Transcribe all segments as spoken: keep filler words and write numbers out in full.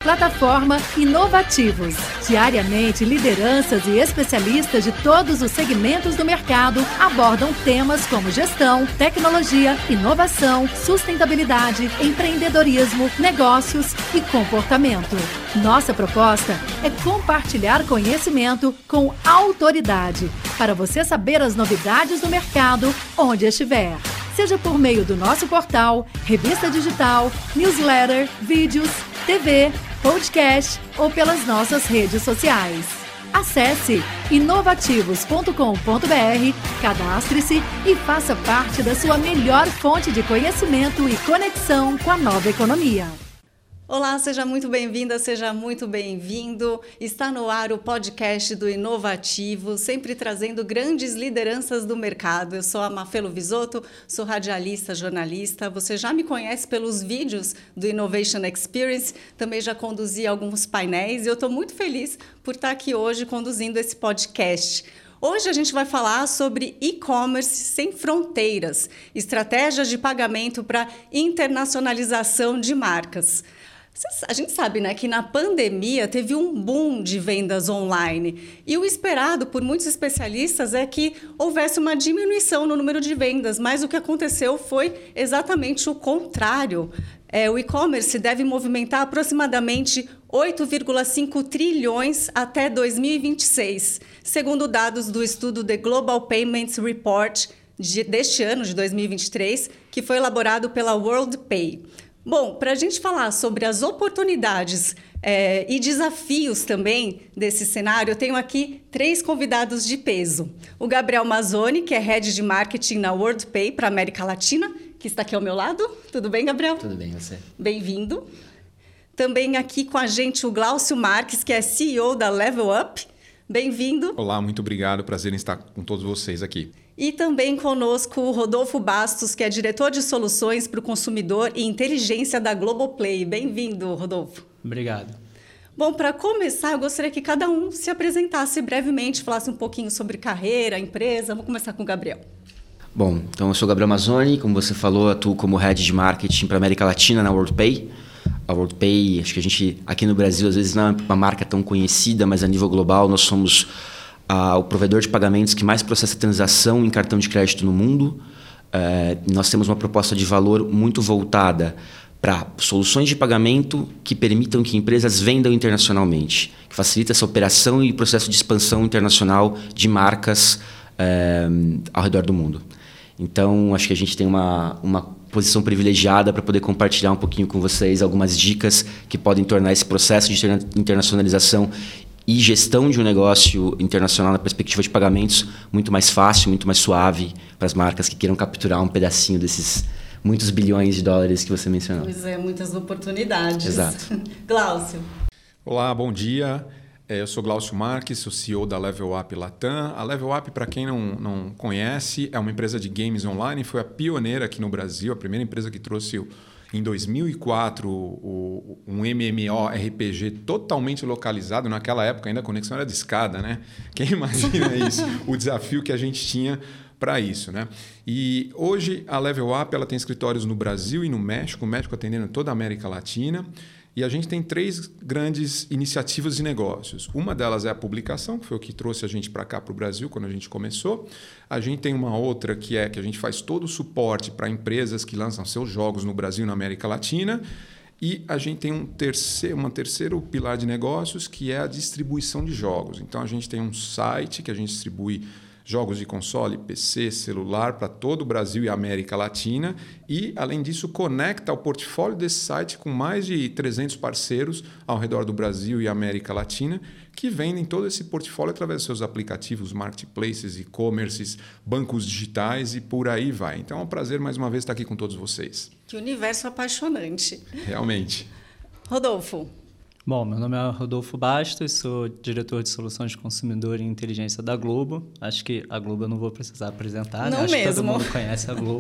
Plataforma Inovativos. Diariamente, lideranças e especialistas de todos os segmentos do mercado abordam temas como gestão, tecnologia, inovação, sustentabilidade, empreendedorismo, negócios e comportamento. Nossa proposta é compartilhar conhecimento com autoridade, para você saber as novidades do mercado onde estiver. Seja por meio do nosso portal, revista digital, newsletter, vídeos, T V, podcast ou pelas nossas redes sociais. Acesse inovativos ponto com ponto b r, cadastre-se e faça parte da sua melhor fonte de conhecimento e conexão com a nova economia. Olá, seja muito bem-vinda, seja muito bem-vindo. Está no ar o podcast do Inovativo, sempre trazendo grandes lideranças do mercado. Eu sou a Mafelo Visoto, sou radialista, jornalista. Você já me conhece pelos vídeos do Innovation Experience, também já conduzi alguns painéis e eu estou muito feliz por estar aqui hoje conduzindo esse podcast. Hoje a gente vai falar sobre e-commerce sem fronteiras, estratégias de pagamento para internacionalização de marcas. A gente sabe, né, que na pandemia teve um boom de vendas online e o esperado por muitos especialistas é que houvesse uma diminuição no número de vendas, mas o que aconteceu foi exatamente o contrário. É, o e-commerce deve movimentar aproximadamente oito vírgula cinco trilhões até dois mil e vinte e seis, segundo dados do estudo The Global Payments Report de, deste ano, de dois mil e vinte e três, que foi elaborado pela WorldPay. Bom, para a gente falar sobre as oportunidades é, e desafios também desse cenário, eu tenho aqui três convidados de peso. O Gabriel Mazzoni, que é Head de Marketing na WorldPay para a América Latina, que está aqui ao meu lado. Tudo bem, Gabriel? Tudo bem, você? Bem-vindo. Também aqui com a gente o Glaucio Marques, que é C E O da Level Up. Bem-vindo. Olá, muito obrigado. Prazer em estar com todos vocês aqui. E também conosco o Rodolfo Bastos, que é diretor de soluções para o consumidor e inteligência da Globoplay. Bem-vindo, Rodolfo. Obrigado. Bom, para começar, eu gostaria que cada um se apresentasse brevemente, falasse um pouquinho sobre carreira, empresa. Vamos começar com o Gabriel. Bom, então eu sou o Gabriel Mazzoni, como você falou, atuo como Head de Marketing para a América Latina na WorldPay. A WorldPay, acho que a gente aqui no Brasil às vezes não é uma marca tão conhecida, mas a nível global nós somos Uh, o provedor de pagamentos que mais processa transação em cartão de crédito no mundo. Uh, nós temos uma proposta de valor muito voltada para soluções de pagamento que permitam que empresas vendam internacionalmente, que facilita essa operação e processo de expansão internacional de marcas uh, ao redor do mundo. Então, acho que a gente tem uma, uma posição privilegiada para poder compartilhar um pouquinho com vocês algumas dicas que podem tornar esse processo de internacionalização e gestão de um negócio internacional na perspectiva de pagamentos muito mais fácil, muito mais suave para as marcas que queiram capturar um pedacinho desses muitos bilhões de dólares que você mencionou. Pois é, muitas oportunidades. Exato. Glaucio. Olá, bom dia. Eu sou Glaucio Marques, sou C E O da Level Up Latam. A Level Up, para quem não, não conhece, é uma empresa de games online, foi a pioneira aqui no Brasil, a primeira empresa que trouxe o em dois mil e quatro, o, um MMORPG totalmente localizado. Naquela época ainda a conexão era de escada, né? Quem imagina isso? O desafio que a gente tinha para isso, né? E hoje a Level Up ela tem escritórios no Brasil e no México, o México atendendo toda a América Latina. E a gente tem três grandes iniciativas de negócios. Uma delas é a publicação, que foi o que trouxe a gente para cá, para o Brasil, quando a gente começou. A gente tem uma outra que é que a gente faz todo o suporte para empresas que lançam seus jogos no Brasil e na América Latina. E a gente tem um terceiro, uma terceiro pilar de negócios, que é a distribuição de jogos. Então, a gente tem um site que a gente distribui jogos de console, P C, celular para todo o Brasil e América Latina e, além disso, conecta o portfólio desse site com mais de trezentos parceiros ao redor do Brasil e América Latina que vendem todo esse portfólio através dos seus aplicativos, marketplaces, e-commerces, bancos digitais e por aí vai. Então é um prazer mais uma vez estar aqui com todos vocês. Que universo apaixonante. Realmente. Rodolfo. Bom, meu nome é Rodolfo Bastos, sou diretor de soluções de consumidor e inteligência da Globo. Acho que a Globo eu não vou precisar apresentar, não né? Acho mesmo. que todo mundo conhece a Globo.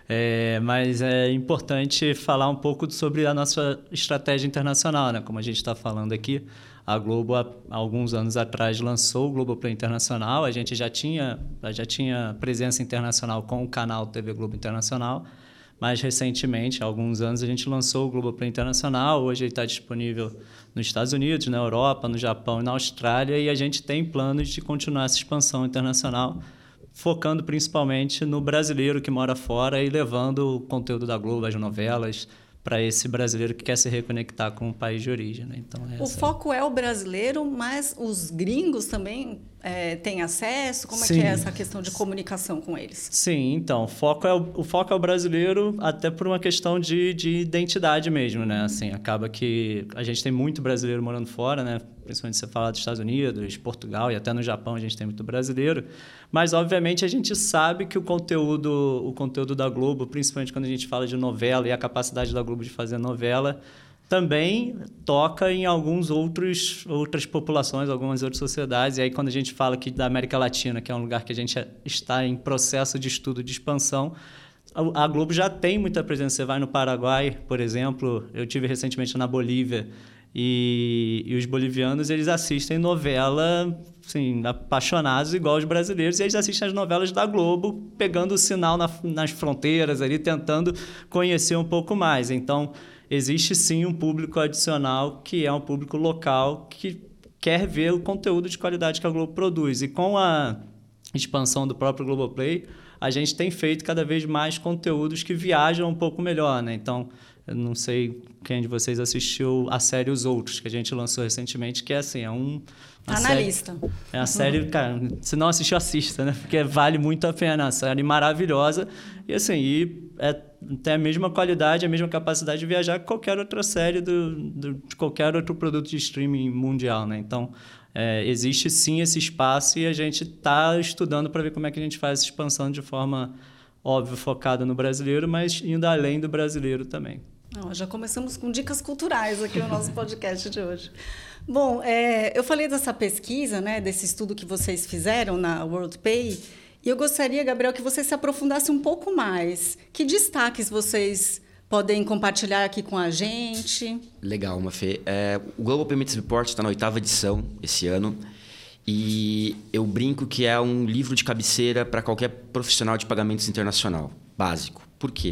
É, mas é importante falar um pouco sobre a nossa estratégia internacional, né? Como a gente está falando aqui, a Globo, há alguns anos atrás, lançou o Globoplay Internacional. A gente já tinha, já tinha presença internacional com o canal T V Globo Internacional, Mais recentemente, há alguns anos, a gente lançou o Globoplay Internacional. Hoje ele está disponível nos Estados Unidos, na Europa, no Japão e na Austrália. E a gente tem planos de continuar essa expansão internacional, focando principalmente no brasileiro que mora fora e levando o conteúdo da Globo, as novelas, para esse brasileiro que quer se reconectar com o país de origem. Né? Então, o foco é o brasileiro, mas os gringos também é, têm acesso? Como Sim. é que é essa questão de comunicação com eles? Sim, então, o foco é o, o, foco é o brasileiro, até por uma questão de, de identidade mesmo, né? Assim, acaba que a gente tem muito brasileiro morando fora, né? Principalmente se você falar dos Estados Unidos, Portugal e até no Japão a gente tem muito brasileiro. Mas, obviamente, a gente sabe que o conteúdo, o conteúdo da Globo, principalmente quando a gente fala de novela e a capacidade da Globo de fazer novela, também toca em alguns outros outras populações, algumas outras sociedades. E aí, quando a gente fala aqui da América Latina, que é um lugar que a gente está em processo de estudo de expansão, a Globo já tem muita presença. Você vai no Paraguai, por exemplo, eu tive recentemente na Bolívia, e, e os bolivianos, eles assistem novela, assim, apaixonados igual os brasileiros, e eles assistem as novelas da Globo, pegando o sinal na, nas fronteiras, ali, tentando conhecer um pouco mais. Então, existe sim um público adicional que é um público local que quer ver o conteúdo de qualidade que a Globo produz. E com a expansão do próprio Globoplay, a gente tem feito cada vez mais conteúdos que viajam um pouco melhor, né? Então, eu não sei quem de vocês assistiu a série Os Outros, que a gente lançou recentemente, que é assim, é um... Tá na lista. É uma série, cara, se não assistiu, assista, né? Porque vale muito a pena, é uma série maravilhosa. E assim, e é, tem a mesma qualidade, a mesma capacidade de viajar que qualquer outra série do, do, de qualquer outro produto de streaming mundial, né? Então, é, existe sim esse espaço e a gente está estudando para ver como é que a gente faz essa expansão de forma, óbvio, focada no brasileiro, mas indo além do brasileiro também. Não, já começamos com dicas culturais aqui no nosso podcast de hoje. Bom, é, eu falei dessa pesquisa, né, desse estudo que vocês fizeram na WorldPay, e eu gostaria, Gabriel, que você se aprofundasse um pouco mais. Que destaques vocês podem compartilhar aqui com a gente? Legal, Mafê. É, o Global Payments Report está na oitava edição esse ano, e eu brinco que é um livro de cabeceira para qualquer profissional de pagamentos internacional, básico. Por quê?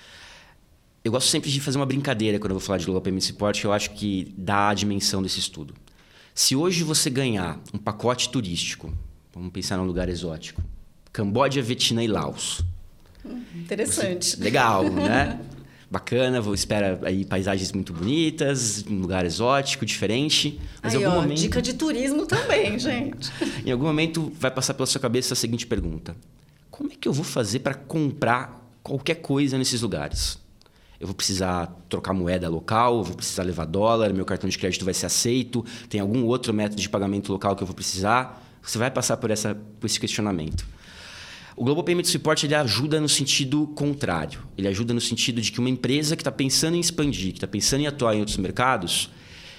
Eu gosto sempre de fazer uma brincadeira quando eu vou falar de Global Payments Report, que eu acho que dá a dimensão desse estudo. Se hoje você ganhar um pacote turístico, vamos pensar num lugar exótico, Camboja, Vietnã e Laos. Interessante. Você, legal, né? Bacana, vou espera aí paisagens muito bonitas, um lugar exótico, diferente. Mas aí, em algum ó, momento, dica de turismo também, gente. Em algum momento vai passar pela sua cabeça a seguinte pergunta: como é que eu vou fazer para comprar qualquer coisa nesses lugares? Eu vou precisar trocar moeda local, eu vou precisar levar dólar, meu cartão de crédito vai ser aceito, tem algum outro método de pagamento local que eu vou precisar? Você vai passar por, essa, por esse questionamento. O Global Payments Report ele ajuda no sentido contrário. Ele ajuda no sentido de que uma empresa que está pensando em expandir, que está pensando em atuar em outros mercados,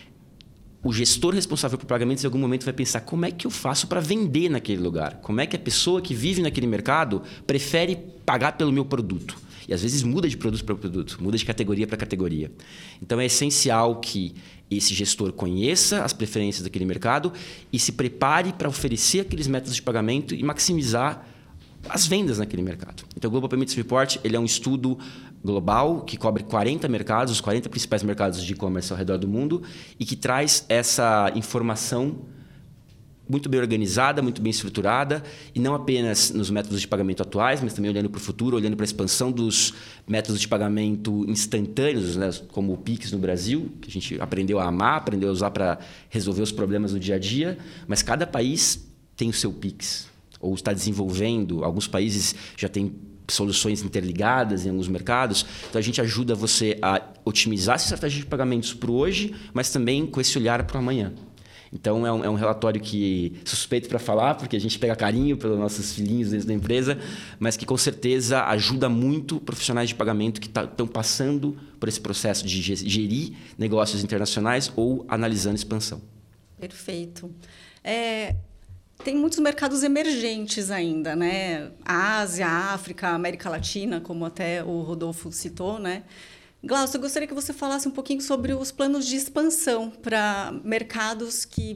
o gestor responsável por pagamentos em algum momento vai pensar: como é que eu faço para vender naquele lugar? Como é que a pessoa que vive naquele mercado prefere pagar pelo meu produto? E às vezes muda de produto para produto, muda de categoria para categoria. Então é essencial que esse gestor conheça as preferências daquele mercado e se prepare para oferecer aqueles métodos de pagamento e maximizar as vendas naquele mercado. Então o Global Payments Report ele é um estudo global que cobre quarenta mercados, os quarenta principais mercados de e-commerce ao redor do mundo e que traz essa informação muito bem organizada, muito bem estruturada, e não apenas nos métodos de pagamento atuais, mas também olhando para o futuro, olhando para a expansão dos métodos de pagamento instantâneos, né, como o Pix no Brasil, que a gente aprendeu a amar, aprendeu a usar para resolver os problemas do dia a dia, mas cada país tem o seu Pix, ou está desenvolvendo. Alguns países já têm soluções interligadas em alguns mercados. Então, a gente ajuda você a otimizar essa estratégia de pagamentos para o hoje, mas também com esse olhar para o amanhã. Então, é um, é um relatório que suspeito para falar, porque a gente pega carinho pelos nossos filhinhos dentro da empresa, mas que com certeza ajuda muito profissionais de pagamento que estão tá, passando por esse processo de gerir negócios internacionais ou analisando expansão. Perfeito. É, tem muitos mercados emergentes ainda, né? A Ásia, a África, a América Latina, como até o Rodolfo citou, né? Glaucio, eu gostaria que você falasse um pouquinho sobre os planos de expansão para mercados que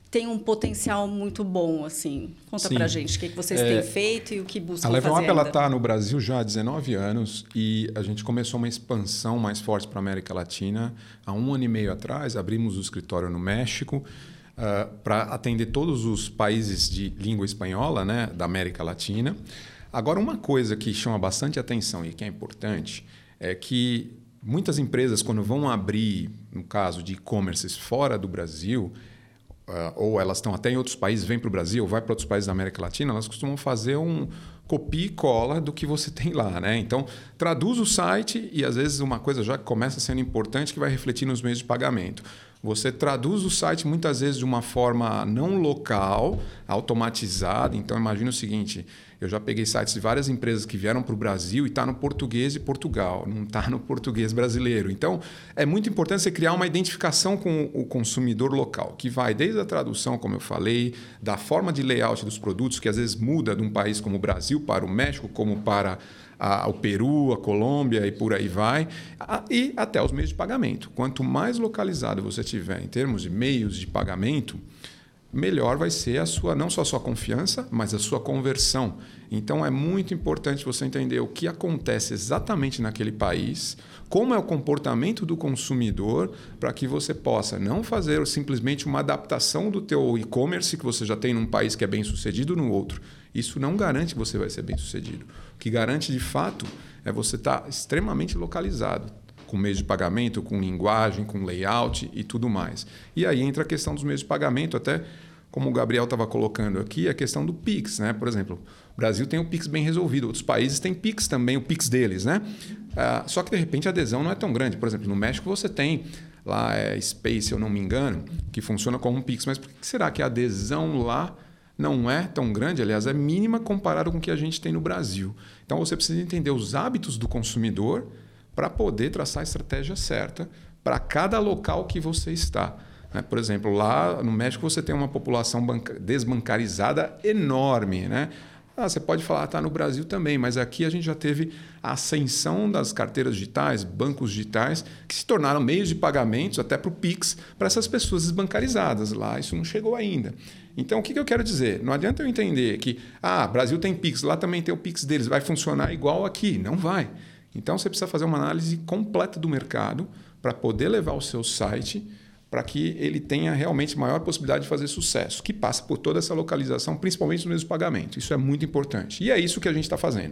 tem um potencial muito bom, assim. Conta Sim. pra gente o que vocês é, têm feito e o que buscam fazer. A Level fazer Up está no Brasil já há dezenove anos e a gente começou uma expansão mais forte para a América Latina. Há um ano e meio atrás, abrimos o escritório no México uh, para atender todos os países de língua espanhola, né, da América Latina. Agora, uma coisa que chama bastante atenção e que é importante é que muitas empresas, quando vão abrir, no caso de e-commerces fora do Brasil, Uh, ou elas estão até em outros países, vêm para o Brasil, vai para outros países da América Latina, elas costumam fazer um copia e cola do que você tem lá, né? Então, traduz o site e, às vezes, uma coisa já que começa sendo importante que vai refletir nos meios de pagamento. Você traduz o site, muitas vezes, de uma forma não local, automatizada. Então, imagina o seguinte, eu já peguei sites de várias empresas que vieram para o Brasil e está no português de Portugal, não está no português brasileiro. Então, é muito importante você criar uma identificação com o consumidor local, que vai desde a tradução, como eu falei, da forma de layout dos produtos, que às vezes muda de um país como o Brasil para o México, como para a, o Peru, a Colômbia e por aí vai, a, e até os meios de pagamento. Quanto mais localizado você tiver em termos de meios de pagamento, melhor vai ser a sua, não só a sua confiança, mas a sua conversão. Então, é muito importante você entender o que acontece exatamente naquele país, como é o comportamento do consumidor, para que você possa não fazer simplesmente uma adaptação do teu e-commerce que você já tem num país que é bem sucedido no outro. Isso não garante que você vai ser bem sucedido. O que garante, de fato, é você estar extremamente localizado, com meios de pagamento, com linguagem, com layout e tudo mais. E aí entra a questão dos meios de pagamento, até como o Gabriel estava colocando aqui, a questão do Pix, né? Por exemplo, o Brasil tem o Pix bem resolvido, outros países têm Pix também, o Pix deles, né? Ah, só que, de repente, a adesão não é tão grande. Por exemplo, no México você tem lá é, Space, se eu não me engano, que funciona como um Pix. Mas por que será que a adesão lá não é tão grande? Aliás, é mínima comparado com o que a gente tem no Brasil. Então, você precisa entender os hábitos do consumidor para poder traçar a estratégia certa para cada local que você está. Por exemplo, lá no México você tem uma população desbancarizada enorme, né? Ah, você pode falar, está no Brasil também, mas aqui a gente já teve a ascensão das carteiras digitais, bancos digitais, que se tornaram meios de pagamentos até para o Pix, para essas pessoas desbancarizadas. Lá isso não chegou ainda. Então, o que eu quero dizer? Não adianta eu entender que, ah, Brasil tem Pix, lá também tem o Pix deles, vai funcionar igual aqui. Não vai. Então, você precisa fazer uma análise completa do mercado para poder levar o seu site para que ele tenha realmente maior possibilidade de fazer sucesso, que passa por toda essa localização, principalmente nos meios de pagamento. Isso é muito importante. E é isso que a gente está fazendo.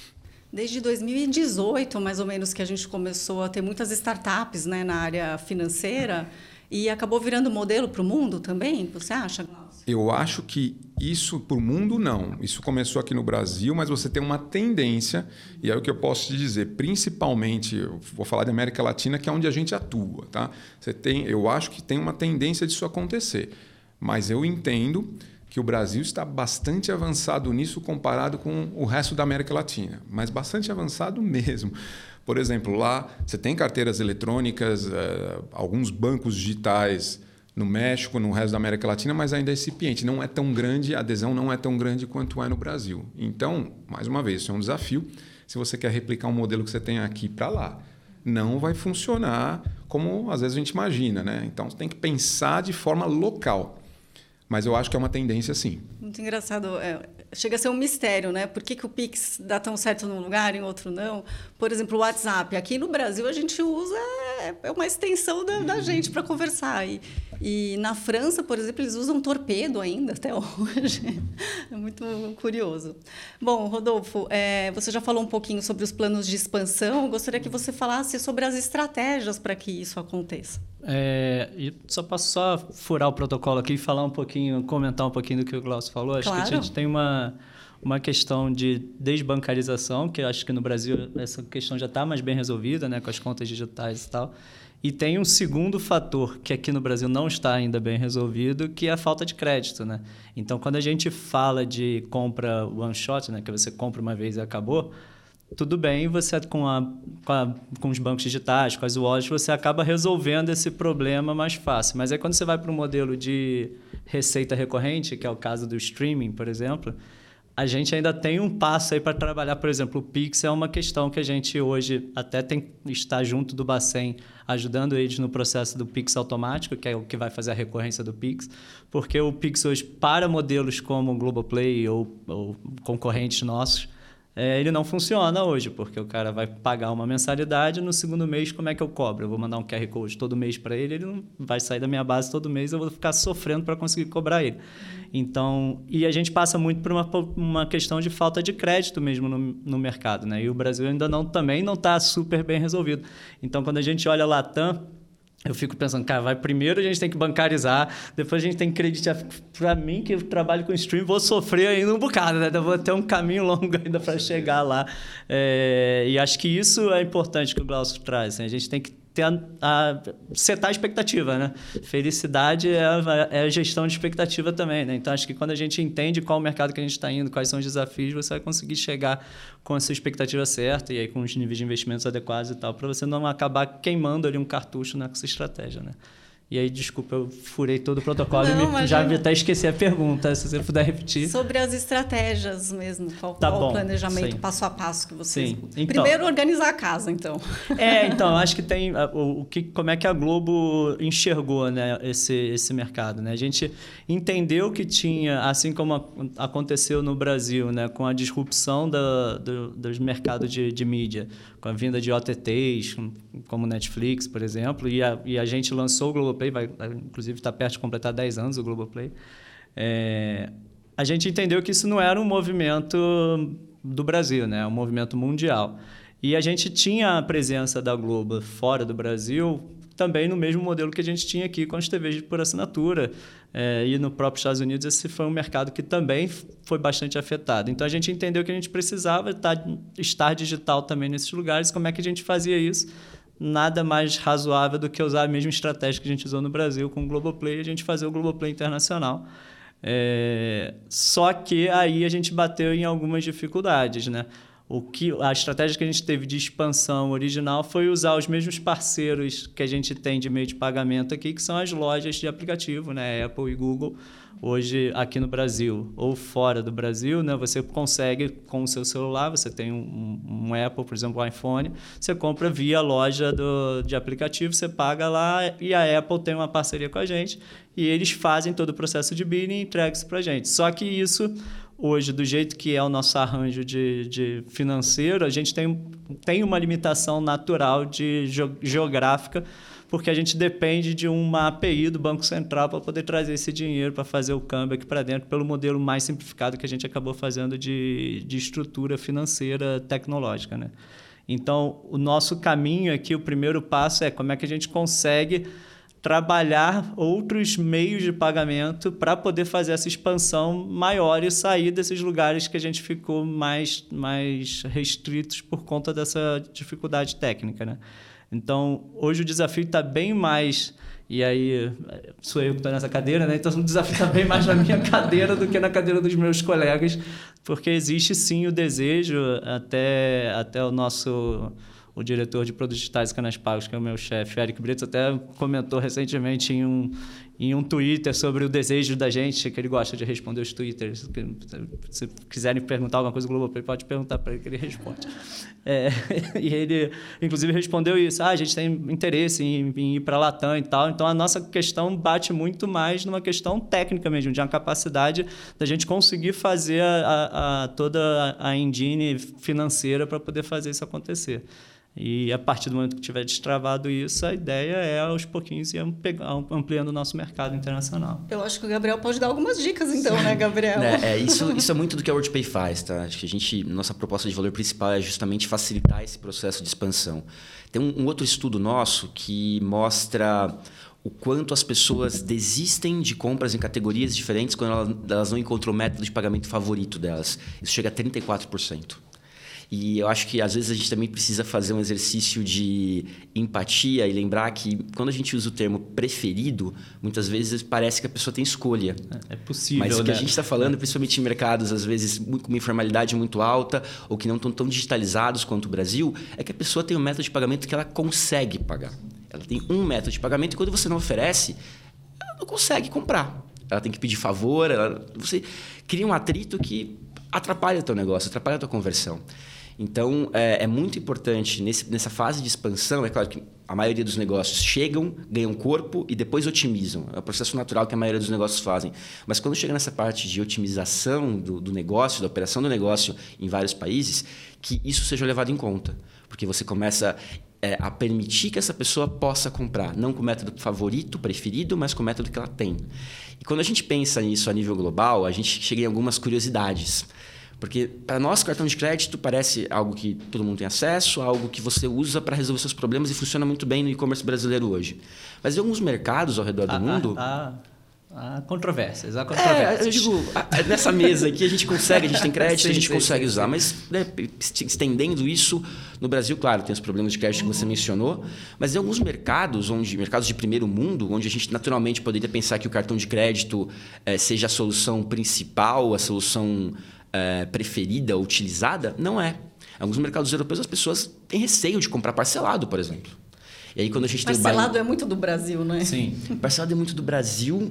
Desde dois mil e dezoito, mais ou menos, que a gente começou a ter muitas startups, né, na área financeira e acabou virando modelo para o mundo também, você acha, Glaucio? Eu acho que isso para o mundo não. Isso começou aqui no Brasil, mas você tem uma tendência, e é o que eu posso te dizer, principalmente, eu vou falar da América Latina, que é onde a gente atua. Tá? Você tem, eu acho que tem uma tendência disso acontecer, mas eu entendo que o Brasil está bastante avançado nisso comparado com o resto da América Latina, mas bastante avançado mesmo. Por exemplo, lá você tem carteiras eletrônicas, uh, alguns bancos digitais no México, no resto da América Latina, mas ainda é incipiente. Não é tão grande, a adesão não é tão grande quanto é no Brasil. Então, mais uma vez, isso é um desafio. Se você quer replicar um modelo que você tem aqui para lá, não vai funcionar como às vezes a gente imagina, né? Então, você tem que pensar de forma local. Mas eu acho que é uma tendência, sim. Muito engraçado. É, chega a ser um mistério, né? Por que, que o Pix dá tão certo num lugar e em outro não? Por exemplo, o WhatsApp. Aqui no Brasil, a gente usa... É uma extensão da, da gente para conversar. E, e na França, por exemplo, eles usam torpedo ainda até hoje. É muito curioso. Bom, Rodolfo, é, você já falou um pouquinho sobre os planos de expansão. Eu gostaria que você falasse sobre as estratégias para que isso aconteça. É, e só posso só furar o protocolo aqui e falar um pouquinho, comentar um pouquinho do que o Glaucio falou. Acho claro. que a gente tem uma, uma questão de desbancarização, que acho que no Brasil essa questão já está mais bem resolvida, né, com as contas digitais e tal. E tem um segundo fator que aqui no Brasil não está ainda bem resolvido, que é a falta de crédito, né? Então, quando a gente fala de compra one shot, né, que você compra uma vez e acabou, tudo bem, você com, a, com, a, com os bancos digitais, com as wallets, você acaba resolvendo esse problema mais fácil. Mas aí quando você vai para um modelo de receita recorrente, que é o caso do streaming, por exemplo, a gente ainda tem um passo aí para trabalhar. Por exemplo, o Pix é uma questão que a gente hoje até tem está junto do Bacen, ajudando eles no processo do Pix automático, que é o que vai fazer a recorrência do Pix, porque o Pix hoje, para modelos como o Globoplay ou, ou concorrentes nossos, É, ele não funciona hoje, porque o cara vai pagar uma mensalidade, no segundo mês, como é que eu cobro? Eu vou mandar um Q R Code todo mês para ele, ele não vai sair da minha base todo mês, eu vou ficar sofrendo para conseguir cobrar ele. Então, e a gente passa muito por uma, uma questão de falta de crédito mesmo no, no mercado, né? E o Brasil ainda não, também não está super bem resolvido. Então, quando a gente olha a Latam, eu fico pensando, cara, vai, primeiro a gente tem que bancarizar, depois a gente tem que creditar. Para mim, que eu trabalho com stream, vou sofrer ainda um bocado, né? Eu vou ter um caminho longo ainda para chegar lá. É, e acho que isso é importante que o Glaucio traz, né? A gente tem que ter a, a, setar a expectativa, né? Felicidade é a, é a gestão de expectativa também, né? Então, acho que quando a gente entende qual o mercado que a gente está indo, quais são os desafios, você vai conseguir chegar com essa expectativa certa e aí com os níveis de investimentos adequados e tal, para você não acabar queimando ali um cartucho nessa estratégia, né? E aí, desculpa, eu furei todo o protocolo não, e me, já até esqueci a pergunta, se você puder repetir. Sobre as estratégias mesmo, qual, tá qual bom, o planejamento sim. passo a passo que vocês... Sim. Então, primeiro, organizar a casa, então. É, então, acho que tem... O, o que, como é que a Globo enxergou, né, esse, esse mercado, né? A gente entendeu que tinha, assim como a, aconteceu no Brasil, né, com a disrupção da, do, dos mercados de, de mídia, com a vinda de O T Ts, como Netflix, por exemplo, e a, e a gente lançou o Globoplay, vai, inclusive está perto de completar dez anos o Globoplay. É, a gente entendeu que isso não era um movimento do Brasil, né? É um movimento mundial. E a gente tinha a presença da Globo fora do Brasil também no mesmo modelo que a gente tinha aqui com as T Vs por assinatura. É, e no próprio Estados Unidos esse foi um mercado que também foi bastante afetado. Então, a gente entendeu que a gente precisava estar, estar digital também nesses lugares. Como é que a gente fazia isso? Nada mais razoável do que usar a mesma estratégia que a gente usou no Brasil com o Globoplay, a gente fazer o Globoplay internacional. É, só que aí a gente bateu em algumas dificuldades, né? O que, a estratégia que a gente teve de expansão original foi usar os mesmos parceiros que a gente tem de meio de pagamento aqui, que são as lojas de aplicativo, né? Apple e Google. Hoje, aqui no Brasil ou fora do Brasil, né, você consegue, com o seu celular, você tem um, um Apple, por exemplo, um iPhone, você compra via loja do, de aplicativo, você paga lá e a Apple tem uma parceria com a gente e eles fazem todo o processo de billing e entregam isso para a gente. Só que isso, hoje, do jeito que é o nosso arranjo de, de financeiro, a gente tem, tem uma limitação natural de geográfica, porque a gente depende de uma A P I do Banco Central para poder trazer esse dinheiro para fazer o câmbio aqui para dentro, pelo modelo mais simplificado que a gente acabou fazendo de, de estrutura financeira tecnológica, né? Então, o nosso caminho aqui, o primeiro passo é como é que a gente consegue trabalhar outros meios de pagamento para poder fazer essa expansão maior e sair desses lugares que a gente ficou mais, mais restritos por conta dessa dificuldade técnica, né? Então, hoje o desafio está bem mais... E aí, sou eu que estou nessa cadeira, né? Então, o desafio está bem mais na minha cadeira do que na cadeira dos meus colegas, porque existe, sim, o desejo, até, até o nosso... O diretor de produtos digitais e canais pagos, que é o meu chefe, Eric Bretos, até comentou recentemente em um, em um Twitter sobre o desejo da gente, que ele gosta de responder os Twitters. Se quiserem perguntar alguma coisa do Globoplay, pode perguntar para ele que ele responde. É, e ele, inclusive, respondeu isso. Ah, a gente tem interesse em, em ir para a Latam e tal. Então, a nossa questão bate muito mais numa questão técnica mesmo, de uma capacidade da gente conseguir fazer a, a, a, toda a engine financeira para poder fazer isso acontecer. E a partir do momento que tiver destravado isso, a ideia é, aos pouquinhos, ir ampliando o nosso mercado internacional. Eu acho que o Gabriel pode dar algumas dicas, então, né, Gabriel? É, é, isso, isso é muito do que a WorldPay faz, tá? Acho que a gente, nossa proposta de valor principal é justamente facilitar esse processo de expansão. Tem um, um outro estudo nosso que mostra o quanto as pessoas desistem de compras em categorias diferentes quando elas, elas não encontram o método de pagamento favorito delas. Isso chega a trinta e quatro por cento. E eu acho que, às vezes, a gente também precisa fazer um exercício de empatia e lembrar que, quando a gente usa o termo preferido, muitas vezes parece que a pessoa tem escolha. É possível, Mas o que né? a gente está falando, principalmente em mercados, às vezes, com uma informalidade muito alta ou que não estão tão digitalizados quanto o Brasil, é que a pessoa tem um método de pagamento que ela consegue pagar. Ela tem um método de pagamento e, quando você não oferece, ela não consegue comprar. Ela tem que pedir favor, ela, você cria um atrito que... atrapalha o teu negócio, atrapalha a tua conversão. Então, é, é muito importante, nesse, nessa fase de expansão, é claro que a maioria dos negócios chegam, ganham corpo e depois otimizam. É o processo natural que a maioria dos negócios fazem. Mas quando chega nessa parte de otimização do, do negócio, da operação do negócio em vários países, que isso seja levado em conta. Porque você começa é, a permitir que essa pessoa possa comprar, não com o método favorito, preferido, mas com o método que ela tem. E quando a gente pensa nisso a nível global, a gente chega em algumas curiosidades. Porque para nós, cartão de crédito parece algo que todo mundo tem acesso, algo que você usa para resolver seus problemas e funciona muito bem no e-commerce brasileiro hoje. Mas em alguns mercados ao redor do há, mundo... Há, há controvérsias, há controvérsias. É, eu digo, nessa mesa aqui a gente consegue, a gente tem crédito, sim, a gente sim, consegue sim, usar. Sim. Mas né, estendendo isso, no Brasil, claro, tem os problemas de crédito que você mencionou, mas em alguns mercados, onde, mercados de primeiro mundo, onde a gente naturalmente poderia pensar que o cartão de crédito é, seja a solução principal, a solução... É, preferida, utilizada, não é. Em alguns mercados europeus as pessoas têm receio de comprar parcelado, por exemplo. E aí quando a gente parcelado tem o buy... é muito do Brasil, né? Sim. Parcelado é muito do Brasil,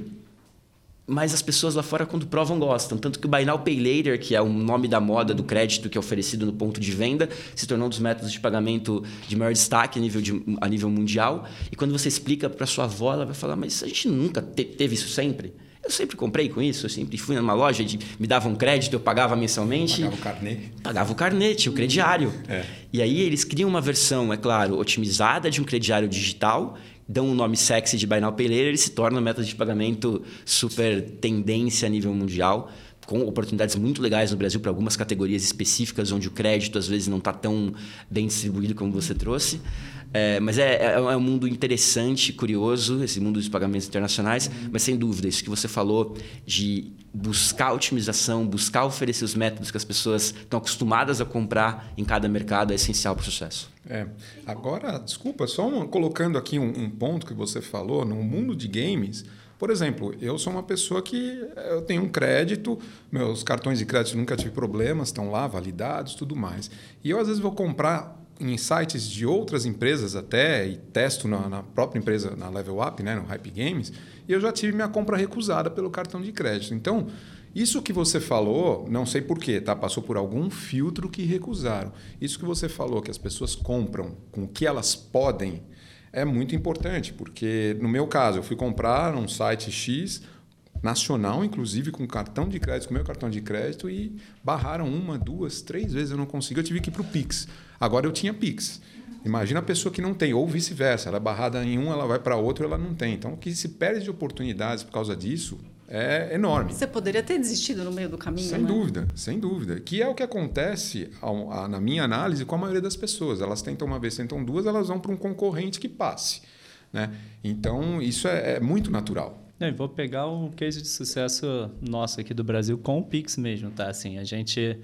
mas as pessoas lá fora quando provam gostam. Tanto que o Buy Now Pay Later, que é o nome da moda do crédito que é oferecido no ponto de venda, se tornou um dos métodos de pagamento de maior destaque a nível, de, a nível mundial. E quando você explica para sua avó, ela vai falar, mas a gente nunca te, teve isso sempre? Eu sempre comprei com isso, eu sempre fui numa loja, de, me davam um crédito, eu pagava mensalmente. Pagava o carnê. Pagava o carnete, o crediário. É. E aí eles criam uma versão, é claro, otimizada de um crediário digital, dão um nome sexy de Buy Now Pay Later, ele se torna um método de pagamento super tendência a nível mundial, com oportunidades muito legais no Brasil para algumas categorias específicas, onde o crédito às vezes não está tão bem distribuído como você trouxe. É, mas é, é, é um mundo interessante, curioso, esse mundo dos pagamentos internacionais, uhum. Mas sem dúvida, isso que você falou de buscar otimização, buscar oferecer os métodos que as pessoas estão acostumadas a comprar em cada mercado é essencial para o sucesso. É. Agora, desculpa, só uma, colocando aqui um, um ponto que você falou, no mundo de games... Por exemplo, eu sou uma pessoa que eu tenho um crédito, meus cartões de crédito nunca tive problemas, estão lá validados, tudo mais. E eu às vezes vou comprar em sites de outras empresas até e testo na, na própria empresa, na Level Up, né, no Hype Games, e eu já tive minha compra recusada pelo cartão de crédito. Então, isso que você falou, não sei porquê, tá? Passou por algum filtro que recusaram. Isso que você falou, que as pessoas compram com o que elas podem, é muito importante, porque no meu caso, eu fui comprar num site X, nacional, inclusive com cartão de crédito, com meu cartão de crédito, e barraram uma, duas, três vezes, eu não consegui, eu tive que ir para o Pix. Agora eu tinha Pix. Imagina a pessoa que não tem, ou vice-versa, ela é barrada em um, ela vai para outro, ela não tem. Então, o que se perde de oportunidades por causa disso é enorme. Você poderia ter desistido no meio do caminho, Sem né? dúvida, sem dúvida. Que é o que acontece, ao, a, na minha análise, com a maioria das pessoas. Elas tentam uma vez, tentam duas, elas vão para um concorrente que passe, né? Então, isso é, é muito natural. Eu vou pegar um case de sucesso nosso aqui do Brasil com o Pix mesmo, tá? Assim, a gente...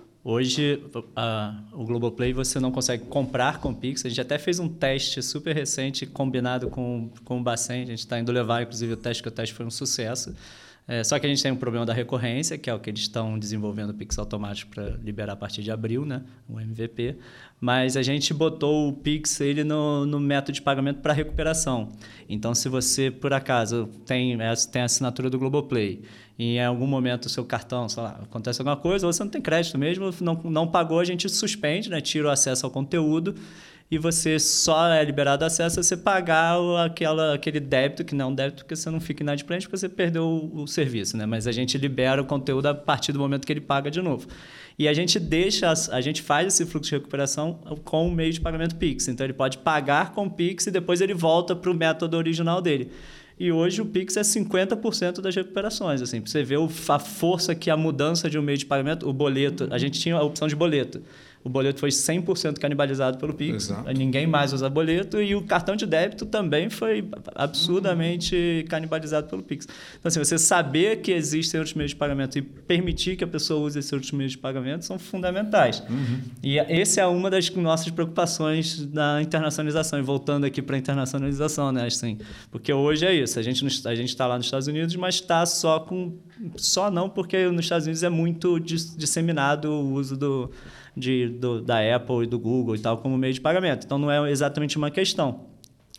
Hoje, a, o Globoplay você não consegue comprar com o Pix. A gente até fez um teste super recente, combinado com, com o Bacen. A gente está indo levar, inclusive, o teste, que o teste foi um sucesso. É, só que a gente tem um problema da recorrência, que é o que eles estão desenvolvendo o Pix automático para liberar a partir de abril, né? O M V P. Mas a gente botou o Pix ele no, no método de pagamento para recuperação. Então, se você, por acaso, tem, tem a assinatura do Globoplay e em algum momento o seu cartão, sei lá, acontece alguma coisa, ou você não tem crédito mesmo, não, não pagou, a gente suspende, né? Tira o acesso ao conteúdo e você só é liberado acesso se você pagar aquela, aquele débito, que não é um débito porque você não fica inadimplente, porque você perdeu o, o serviço, né? Mas a gente libera o conteúdo a partir do momento que ele paga de novo. E a gente deixa, a gente faz esse fluxo de recuperação com o meio de pagamento Pix. Então, ele pode pagar com Pix e depois ele volta para o método original dele. E hoje o Pix é cinquenta por cento das recuperações. Assim, para você ver a força que a mudança de um meio de pagamento, o boleto, a gente tinha a opção de boleto. O boleto foi cem por cento canibalizado pelo Pix. Exato. Ninguém mais usa boleto. E o cartão de débito também foi absurdamente uhum. canibalizado pelo Pix. Então, assim, você saber que existem outros meios de pagamento e permitir que a pessoa use esses outros meios de pagamento são fundamentais. Uhum. E essa é uma das nossas preocupações na internacionalização. E voltando aqui para a internacionalização, né? Assim, porque hoje é isso. A gente a gente está lá nos Estados Unidos, mas está só com... Só não, porque nos Estados Unidos é muito disseminado o uso do... De, do, da Apple e do Google e tal como meio de pagamento. Então, não é exatamente uma questão.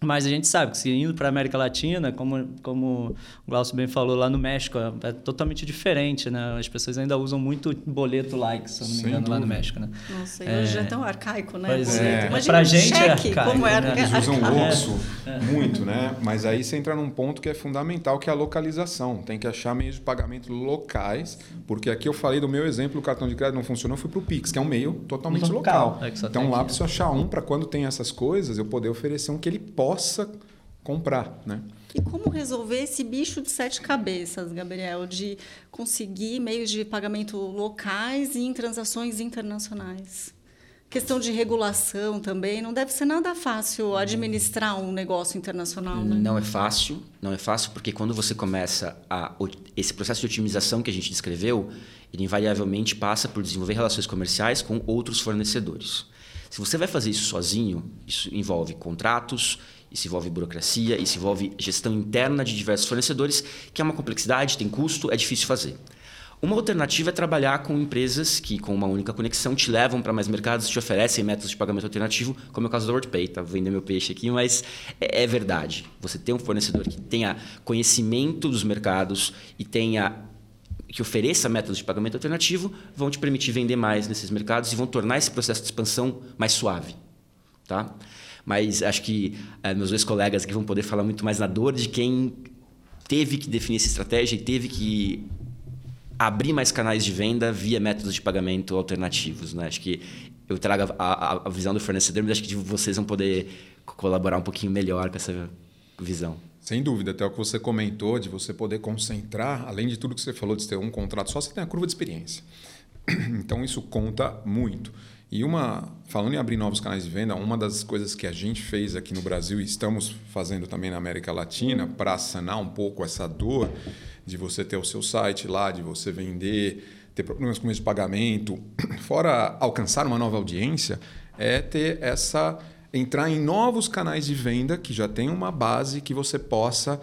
Mas a gente sabe que se indo para a América Latina, como, como o Glaucio bem falou, lá no México é, é totalmente diferente, né? As pessoas ainda usam muito boleto like, se eu não me engano, lá no México, né? Nossa, e hoje é tão arcaico, né? Pois é. Imagina Pra um gente é cheque, arcaico, como é né? Eles arcaico. usam Oxo é. muito, né? Mas aí você entra num ponto que é fundamental, que é a localização. Tem que achar meios de pagamento locais, porque aqui eu falei do meu exemplo, o cartão de crédito não funcionou, fui para o Pix, que é um meio totalmente local. local. É então lá preciso achar um para quando tem essas coisas, eu poder oferecer um que ele possa comprar, né? E como resolver esse bicho de sete cabeças, Gabriel, de conseguir meios de pagamento locais e em transações internacionais? Questão de regulação também, não deve ser nada fácil administrar um negócio internacional, né? Não é fácil, não é fácil, porque quando você começa a, esse processo de otimização que a gente descreveu, ele invariavelmente passa por desenvolver relações comerciais com outros fornecedores. Se você vai fazer isso sozinho, isso envolve contratos, isso envolve burocracia, isso envolve gestão interna de diversos fornecedores, que é uma complexidade, tem custo, é difícil fazer. Uma alternativa é trabalhar com empresas que, com uma única conexão, te levam para mais mercados, te oferecem métodos de pagamento alternativo, como é o caso da WorldPay. Tá vendendo meu peixe aqui, mas é, é verdade. Você tem um fornecedor que tenha conhecimento dos mercados e tenha, que ofereça métodos de pagamento alternativo, vão te permitir vender mais nesses mercados e vão tornar esse processo de expansão mais suave. Tá? Mas acho que é, meus dois colegas aqui vão poder falar muito mais na dor de quem teve que definir essa estratégia e teve que abrir mais canais de venda via métodos de pagamento alternativos. Né? Acho que eu trago a, a, a visão do fornecedor, mas acho que vocês vão poder colaborar um pouquinho melhor com essa visão. Sem dúvida, até o que você comentou, de você poder concentrar, além de tudo que você falou de ter um contrato só, você tem a curva de experiência. Então, isso conta muito. E uma, falando em abrir novos canais de venda, uma das coisas que a gente fez aqui no Brasil e estamos fazendo também na América Latina para sanar um pouco essa dor de você ter o seu site lá, de você vender, ter problemas com meios de pagamento, fora alcançar uma nova audiência, é ter essa, entrar em novos canais de venda que já tem uma base que você possa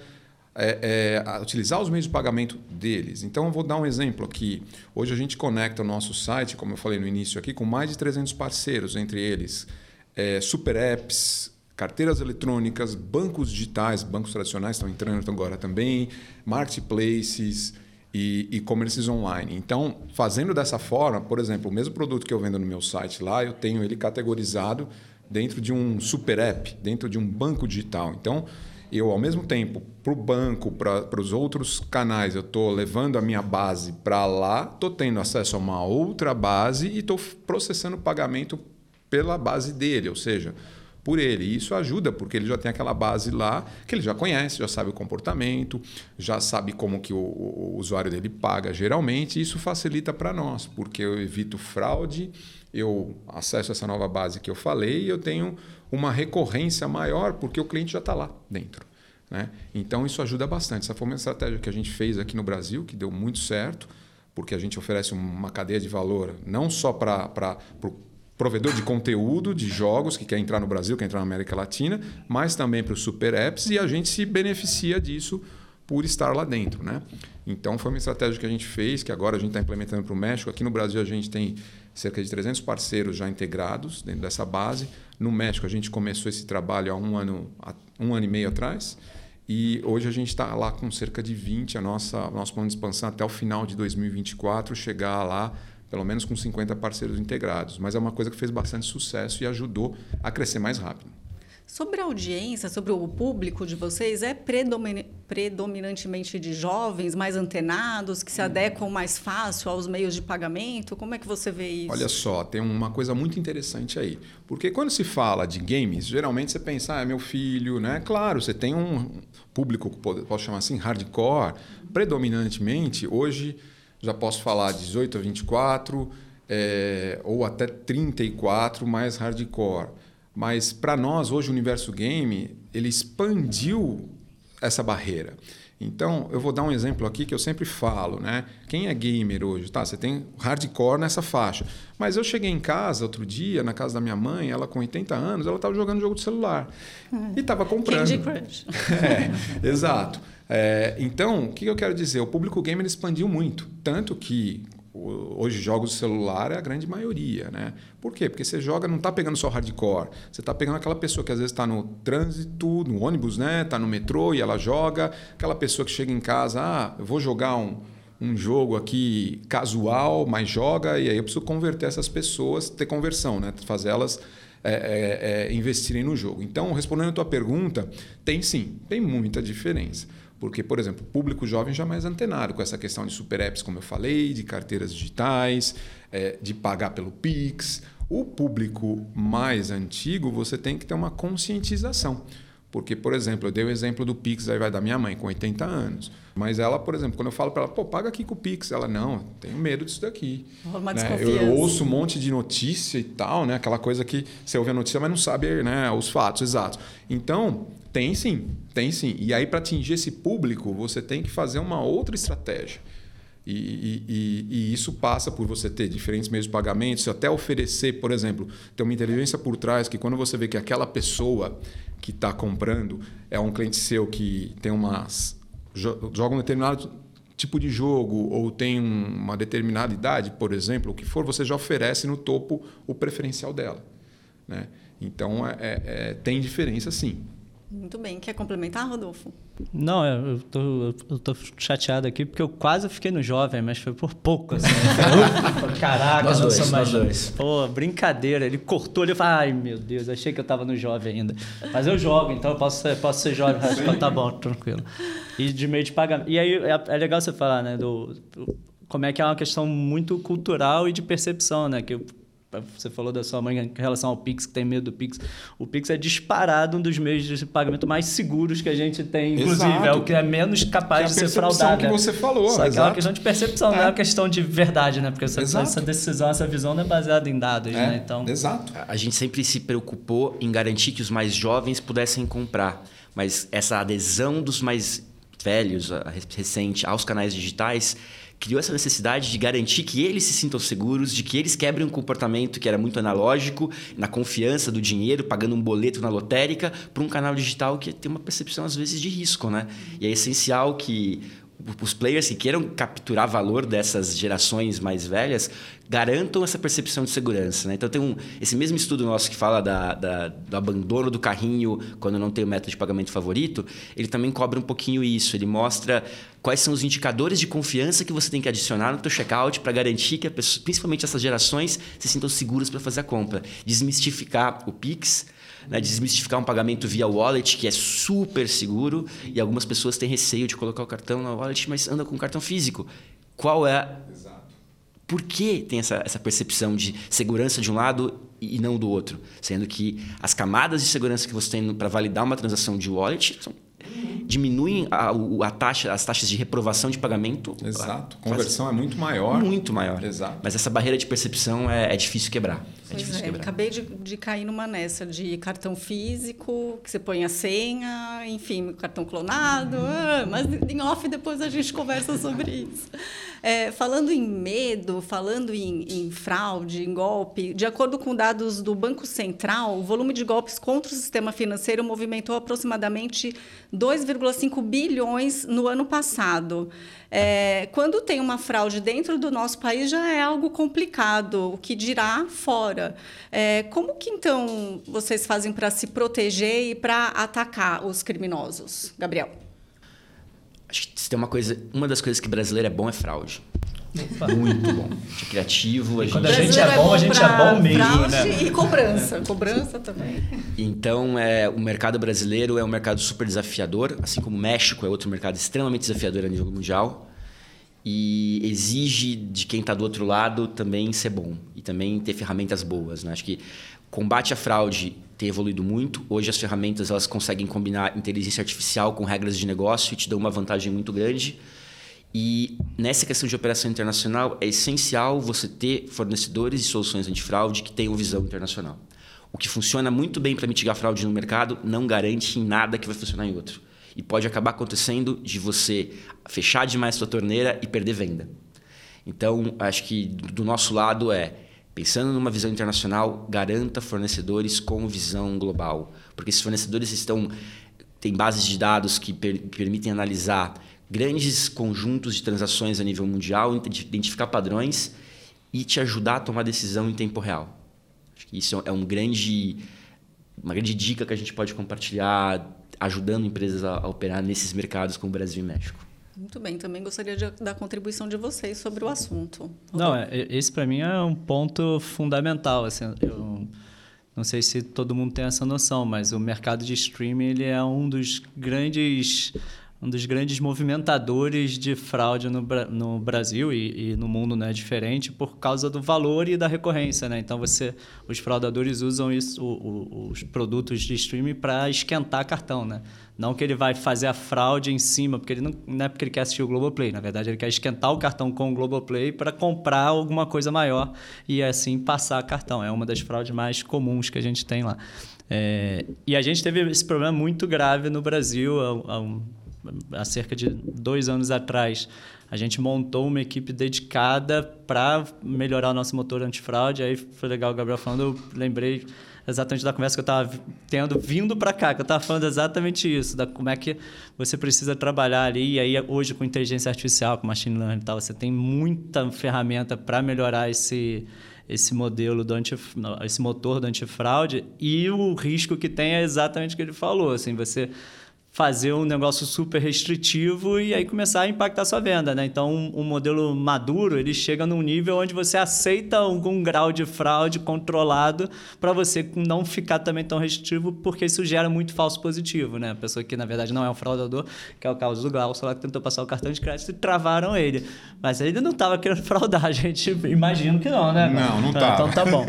É, é, utilizar os meios de pagamento deles. Então, eu vou dar um exemplo aqui. Hoje a gente conecta o nosso site, como eu falei no início aqui, com mais de trezentos parceiros, entre eles é, super apps, carteiras eletrônicas, bancos digitais, bancos tradicionais estão entrando agora também, marketplaces e e-commerces online. Então, fazendo dessa forma, por exemplo, o mesmo produto que eu vendo no meu site lá, eu tenho ele categorizado dentro de um super app, dentro de um banco digital. Então, eu, ao mesmo tempo, para o banco, para os outros canais, eu estou levando a minha base para lá, estou tendo acesso a uma outra base e estou processando o pagamento pela base dele, ou seja, por ele. E isso ajuda, porque ele já tem aquela base lá que ele já conhece, já sabe o comportamento, já sabe como que o, o usuário dele paga geralmente, e isso facilita para nós, porque eu evito fraude, eu acesso essa nova base que eu falei e eu tenho uma recorrência maior porque o cliente já está lá dentro. Né? Então, isso ajuda bastante. Essa foi uma estratégia que a gente fez aqui no Brasil, que deu muito certo, porque a gente oferece uma cadeia de valor não só para o provedor de conteúdo, de jogos, que quer entrar no Brasil, quer entrar na América Latina, mas também para os super apps, e a gente se beneficia disso por estar lá dentro. Né? Então, foi uma estratégia que a gente fez, que agora a gente está implementando para o México. Aqui no Brasil, a gente tem cerca de trezentos parceiros já integrados dentro dessa base. No México, a gente começou esse trabalho há um ano, há um ano e meio atrás. E hoje a gente está lá com cerca de vinte. A nossa, nosso plano de expansão até o final de dois mil e vinte e quatro, chegar lá pelo menos com cinquenta parceiros integrados. Mas é uma coisa que fez bastante sucesso e ajudou a crescer mais rápido. Sobre a audiência, sobre o público de vocês, é predomin- predominantemente de jovens, mais antenados, que se adequam mais fácil aos meios de pagamento? Como é que você vê isso? Olha só, tem uma coisa muito interessante aí. Porque quando se fala de games, geralmente você pensa, ah, é meu filho, né? Claro, você tem um público, posso chamar assim, hardcore. Predominantemente, hoje, já posso falar dezoito a vinte e quatro, é, ou até trinta e quatro, mais hardcore. Mas, para nós, hoje, o universo game, ele expandiu essa barreira. Então, eu vou dar um exemplo aqui que eu sempre falo, né? Quem é gamer hoje? Tá, você tem hardcore nessa faixa. Mas eu cheguei em casa outro dia, na casa da minha mãe, ela com oitenta anos, ela estava jogando jogo de celular. Hum. E estava comprando. Candy Crush. É, exato. É, então, o que eu quero dizer? O público gamer expandiu muito. Tanto que hoje jogos de celular é a grande maioria, né? Por quê? Porque você joga, não está pegando só hardcore, você está pegando aquela pessoa que às vezes está no trânsito, no ônibus, né? Está no metrô e ela joga, aquela pessoa que chega em casa, ah, eu vou jogar um, um jogo aqui casual, mas joga, e aí eu preciso converter essas pessoas, ter conversão, né? Fazer elas é, é, é, investirem no jogo. Então, respondendo a tua pergunta, tem sim, tem muita diferença. Porque, por exemplo, o público jovem já é mais antenado com essa questão de super apps, como eu falei, de carteiras digitais, é, de pagar pelo Pix. O público mais antigo, você tem que ter uma conscientização. Porque, por exemplo, eu dei o exemplo do Pix aí vai da minha mãe, com oitenta anos. Mas ela, por exemplo, quando eu falo para ela, pô, paga aqui com o Pix. Ela, não, tenho medo disso daqui. Uma né? desconfiança. Eu ouço um monte de notícia e tal, né? Aquela coisa que você ouve a notícia, mas não sabe, né, os fatos exatos. Então, tem sim, tem sim. E aí, para atingir esse público, você tem que fazer uma outra estratégia. E, e, e, e isso passa por você ter diferentes meios de pagamento, até oferecer, por exemplo, ter uma inteligência por trás que quando você vê que aquela pessoa que está comprando é um cliente seu que tem umas, joga um determinado tipo de jogo ou tem uma determinada idade, por exemplo, o que for, você já oferece no topo o preferencial dela. Né? Então, é, é, tem diferença sim. Muito bem. Quer complementar, Rodolfo? Não, eu tô, eu tô chateado aqui porque eu quase fiquei no jovem, mas foi por pouco. Assim. Caraca, nós não dois, sou mais nós dois. Pô, brincadeira. Ele cortou, ele falou, ai meu Deus, achei que eu tava no jovem ainda. Mas eu jogo, então eu posso ser, posso ser jovem. Tá bom, tranquilo. E de meio de pagamento. E aí é, é legal você falar, né, do, do como é que é uma questão muito cultural e de percepção, né, que eu, você falou da sua mãe em relação ao Pix, que tem medo do Pix. O Pix é disparado um dos meios de pagamento mais seguros que a gente tem. Inclusive, exato. É o que é menos capaz de ser fraudado. Que você falou. Só que é uma questão de percepção, é. Não é uma questão de verdade, né? Porque essa, essa decisão, essa visão não é baseada em dados, é. Né? Então, exato. A gente sempre se preocupou em garantir que os mais jovens pudessem comprar. Mas essa adesão dos mais velhos, recente, aos canais digitais, criou essa necessidade de garantir que eles se sintam seguros, de que eles quebrem um comportamento que era muito analógico, na confiança do dinheiro, pagando um boleto na lotérica, para um canal digital que tem uma percepção, às vezes, de risco. Né? E é essencial que os players que queiram capturar valor dessas gerações mais velhas garantam essa percepção de segurança. Né? Então, tem um, esse mesmo estudo nosso que fala da, da, do abandono do carrinho quando não tem o método de pagamento favorito, ele também cobre um pouquinho isso. Ele mostra quais são os indicadores de confiança que você tem que adicionar no teu checkout para garantir que, a pessoa, principalmente essas gerações, se sintam seguras para fazer a compra. Desmistificar o Pix, né? Desmistificar um pagamento via wallet, que é super seguro, e algumas pessoas têm receio de colocar o cartão na wallet, mas andam com o cartão físico. Qual é... Exato. Por que tem essa, essa percepção de segurança de um lado e não do outro? Sendo que as camadas de segurança que você tem para validar uma transação de wallet são, diminuem a, a taxa, as taxas de reprovação de pagamento. Exato. A conversão faz, é muito maior. Muito maior. Exato. Mas essa barreira de percepção é, é difícil quebrar. É pois difícil é, quebrar. Acabei de, de cair numa nessa de cartão físico, que você põe a senha, enfim, cartão clonado. Ah, mas em off depois a gente conversa sobre isso. É, falando em medo, falando em, em fraude, em golpe, de acordo com dados do Banco Central, o volume de golpes contra o sistema financeiro movimentou aproximadamente dois vírgula cinco bilhões no ano passado. É, quando tem uma fraude dentro do nosso país, já é algo complicado, o que dirá fora. É, como que, então, vocês fazem para se proteger e para atacar os criminosos? Gabriel? Acho que se tem uma coisa, uma das coisas que brasileiro é bom é fraude. Muito bom. De criativo. A gente... Quando a gente é bom, a gente é bom mesmo. Fraude, né? E cobrança. Cobrança também. Então, é, o mercado brasileiro é um mercado super desafiador, assim como o México é outro mercado extremamente desafiador a nível mundial. E exige de quem está do outro lado também ser bom. E também ter ferramentas boas. Né? Acho que combate à fraude tem evoluído muito. Hoje as ferramentas elas conseguem combinar inteligência artificial com regras de negócio e te dão uma vantagem muito grande. E nessa questão de operação internacional é essencial você ter fornecedores de soluções antifraude que tenham visão internacional. O que funciona muito bem para mitigar fraude no mercado não garante em nada que vai funcionar em outro. E pode acabar acontecendo de você fechar demais sua torneira e perder venda. Então, acho que do nosso lado é, pensando numa visão internacional, garanta fornecedores com visão global. Porque esses fornecedores estão tem bases de dados que per, permitem analisar grandes conjuntos de transações a nível mundial, identificar padrões e te ajudar a tomar decisão em tempo real. Acho que isso é um grande, uma grande dica que a gente pode compartilhar, ajudando empresas a, a operar nesses mercados como Brasil e México. Muito bem, também gostaria de, da contribuição de vocês sobre o assunto. Não, esse para mim é um ponto fundamental. Assim, eu não sei se todo mundo tem essa noção, mas o mercado de streaming ele é um dos grandes... um dos grandes movimentadores de fraude no, no Brasil e, e no mundo não é diferente por causa do valor e da recorrência, né? Então, você, os fraudadores usam isso, o, o, os produtos de streaming para esquentar cartão, né? Não que ele vai fazer a fraude em cima, porque ele não, não é porque ele quer assistir o Globoplay. Na verdade, ele quer esquentar o cartão com o Globoplay para comprar alguma coisa maior e, assim, passar cartão. É uma das fraudes mais comuns que a gente tem lá. É, e a gente teve esse problema muito grave no Brasil há, há um há cerca de dois anos atrás, a gente montou uma equipe dedicada para melhorar o nosso motor antifraude. Aí foi legal o Gabriel falando, eu lembrei exatamente da conversa que eu estava tendo vindo para cá, que eu estava falando exatamente isso, da como é que você precisa trabalhar ali. E aí, hoje, com inteligência artificial, com machine learning e tal, você tem muita ferramenta para melhorar esse... esse modelo do anti, esse motor do antifraude, e o risco que tem é exatamente o que ele falou, assim, você fazer um negócio super restritivo e aí começar a impactar a sua venda, né? Então, um, um modelo maduro, ele chega num nível onde você aceita algum grau de fraude controlado para você não ficar também tão restritivo, porque isso gera muito falso positivo, né? A pessoa que, na verdade, não é um fraudador, que é o caso do Glaucio lá, que tentou passar o cartão de crédito e travaram ele. Mas ele não estava querendo fraudar, a gente imagina que não, né? Não, não estava. Então, tá bom.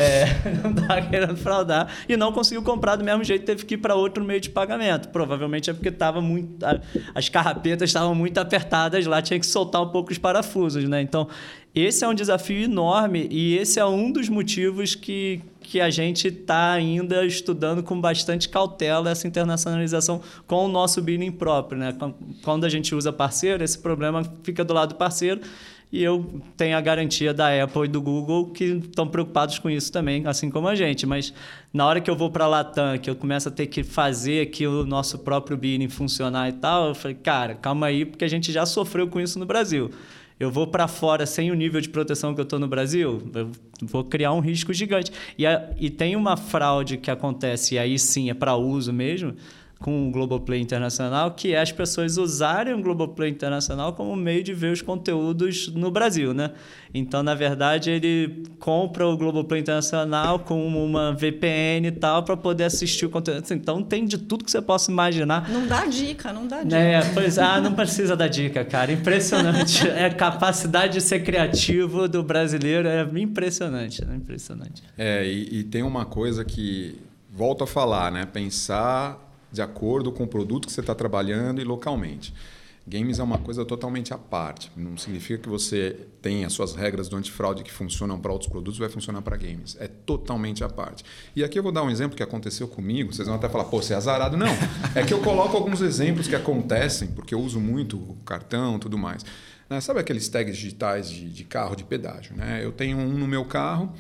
É, não estava querendo fraudar e não conseguiu comprar do mesmo jeito, teve que ir para outro meio de pagamento. Provavelmente é porque tava muito, as carrapetas estavam muito apertadas lá, tinha que soltar um pouco os parafusos, né? Então, esse é um desafio enorme e esse é um dos motivos que, que a gente está ainda estudando com bastante cautela essa internacionalização com o nosso billing próprio, né? Quando a gente usa parceiro, esse problema fica do lado do parceiro. E eu tenho a garantia da Apple e do Google que estão preocupados com isso também, assim como a gente. Mas na hora que eu vou para a Latam, que eu começo a ter que fazer aqui o nosso próprio billing funcionar e tal, eu falei, cara, calma aí, porque a gente já sofreu com isso no Brasil. Eu vou para fora sem o nível de proteção que eu estou no Brasil, eu vou criar um risco gigante. E, a, e tem uma fraude que acontece, e aí sim é para uso mesmo, com o Globoplay Internacional, que é as pessoas usarem o Globoplay Internacional como meio de ver os conteúdos no Brasil, né? Então, na verdade, ele compra o Globoplay Internacional com uma V P N e tal para poder assistir o conteúdo. Então, tem de tudo que você possa imaginar. Não dá dica, não dá dica. É, pois, ah, não precisa dar dica, cara. Impressionante. É a capacidade de ser criativo do brasileiro é impressionante, é impressionante. É, e, e tem uma coisa que, volto a falar, né? Pensar de acordo com o produto que você está trabalhando e localmente. Games é uma coisa totalmente à parte. Não significa que você tem as suas regras do antifraude que funcionam para outros produtos, vai funcionar para games. É totalmente à parte. E aqui eu vou dar um exemplo que aconteceu comigo. Vocês vão até falar, pô, você é azarado. Não, é que eu coloco alguns exemplos que acontecem, porque eu uso muito o cartão e tudo mais. Né? Sabe aqueles tags digitais de, de carro de pedágio? Né? Eu tenho um no meu carro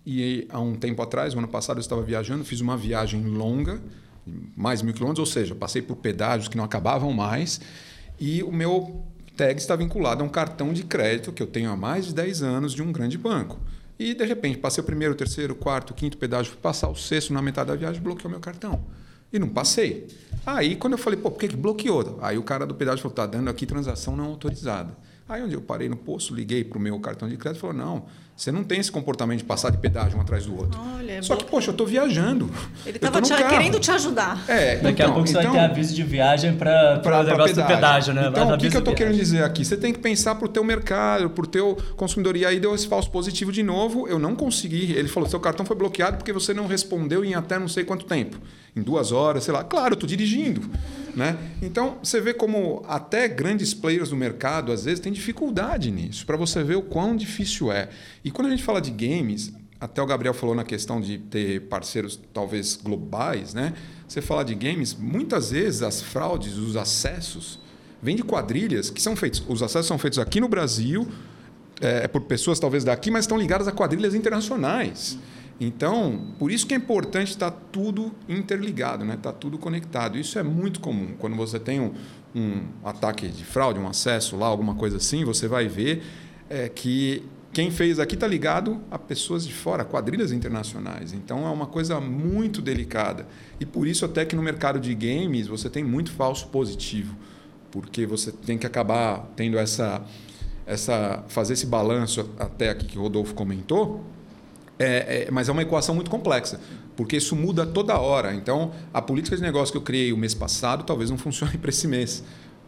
e há um tempo atrás, no ano passado, eu estava viajando, fiz uma viagem longa, mais de mil quilômetros, ou seja, passei por pedágios que não acabavam mais e o meu tag está vinculado a um cartão de crédito que eu tenho há mais de dez anos de um grande banco. E, de repente, passei o primeiro, o terceiro, o quarto, o quinto pedágio, fui passar o sexto na metade da viagem, bloqueou meu cartão. E não passei. Aí, quando eu falei, pô, por que que bloqueou? Aí o cara do pedágio falou, tá dando aqui transação não autorizada. Aí, onde eu parei no posto, liguei para o meu cartão de crédito e falou, não, você não tem esse comportamento de passar de pedágio um atrás do outro. Olha, Só que, poxa, eu estou viajando. Ele estava querendo te ajudar. É, Daqui então, a pouco você então, vai ter aviso de viagem para o negócio pedágio. do pedágio, né? Então, Vai o que, que eu estou de querendo dizer aqui? Você tem que pensar para o teu mercado, para o teu consumidor. E aí deu esse falso positivo de novo, eu não consegui. Ele falou, seu cartão foi bloqueado porque você não respondeu em até não sei quanto tempo. Em duas horas, sei lá. Claro, eu estou dirigindo. Né? Então, você vê como até grandes players do mercado, às vezes, têm dificuldade nisso, para você ver o quão difícil é. E quando a gente fala de games, até o Gabriel falou na questão de ter parceiros talvez globais, né? Você fala de games, muitas vezes as fraudes, os acessos, vêm de quadrilhas que são feitos. Os acessos são feitos aqui no Brasil, é, por pessoas talvez daqui, mas estão ligadas a quadrilhas internacionais. Então, por isso que é importante estar tudo interligado, né? Tá tudo conectado. Isso é muito comum. Quando você tem um, um ataque de fraude, um acesso lá, alguma coisa assim, você vai ver é, que quem fez aqui está ligado a pessoas de fora, quadrilhas internacionais. Então, é uma coisa muito delicada. E por isso até que no mercado de games você tem muito falso positivo, porque você tem que acabar tendo essa, essa fazer esse balanço até aqui que o Rodolfo comentou. É, é, mas é uma equação muito complexa, porque isso muda toda hora. Então, a política de negócio que eu criei o mês passado talvez não funcione para esse mês.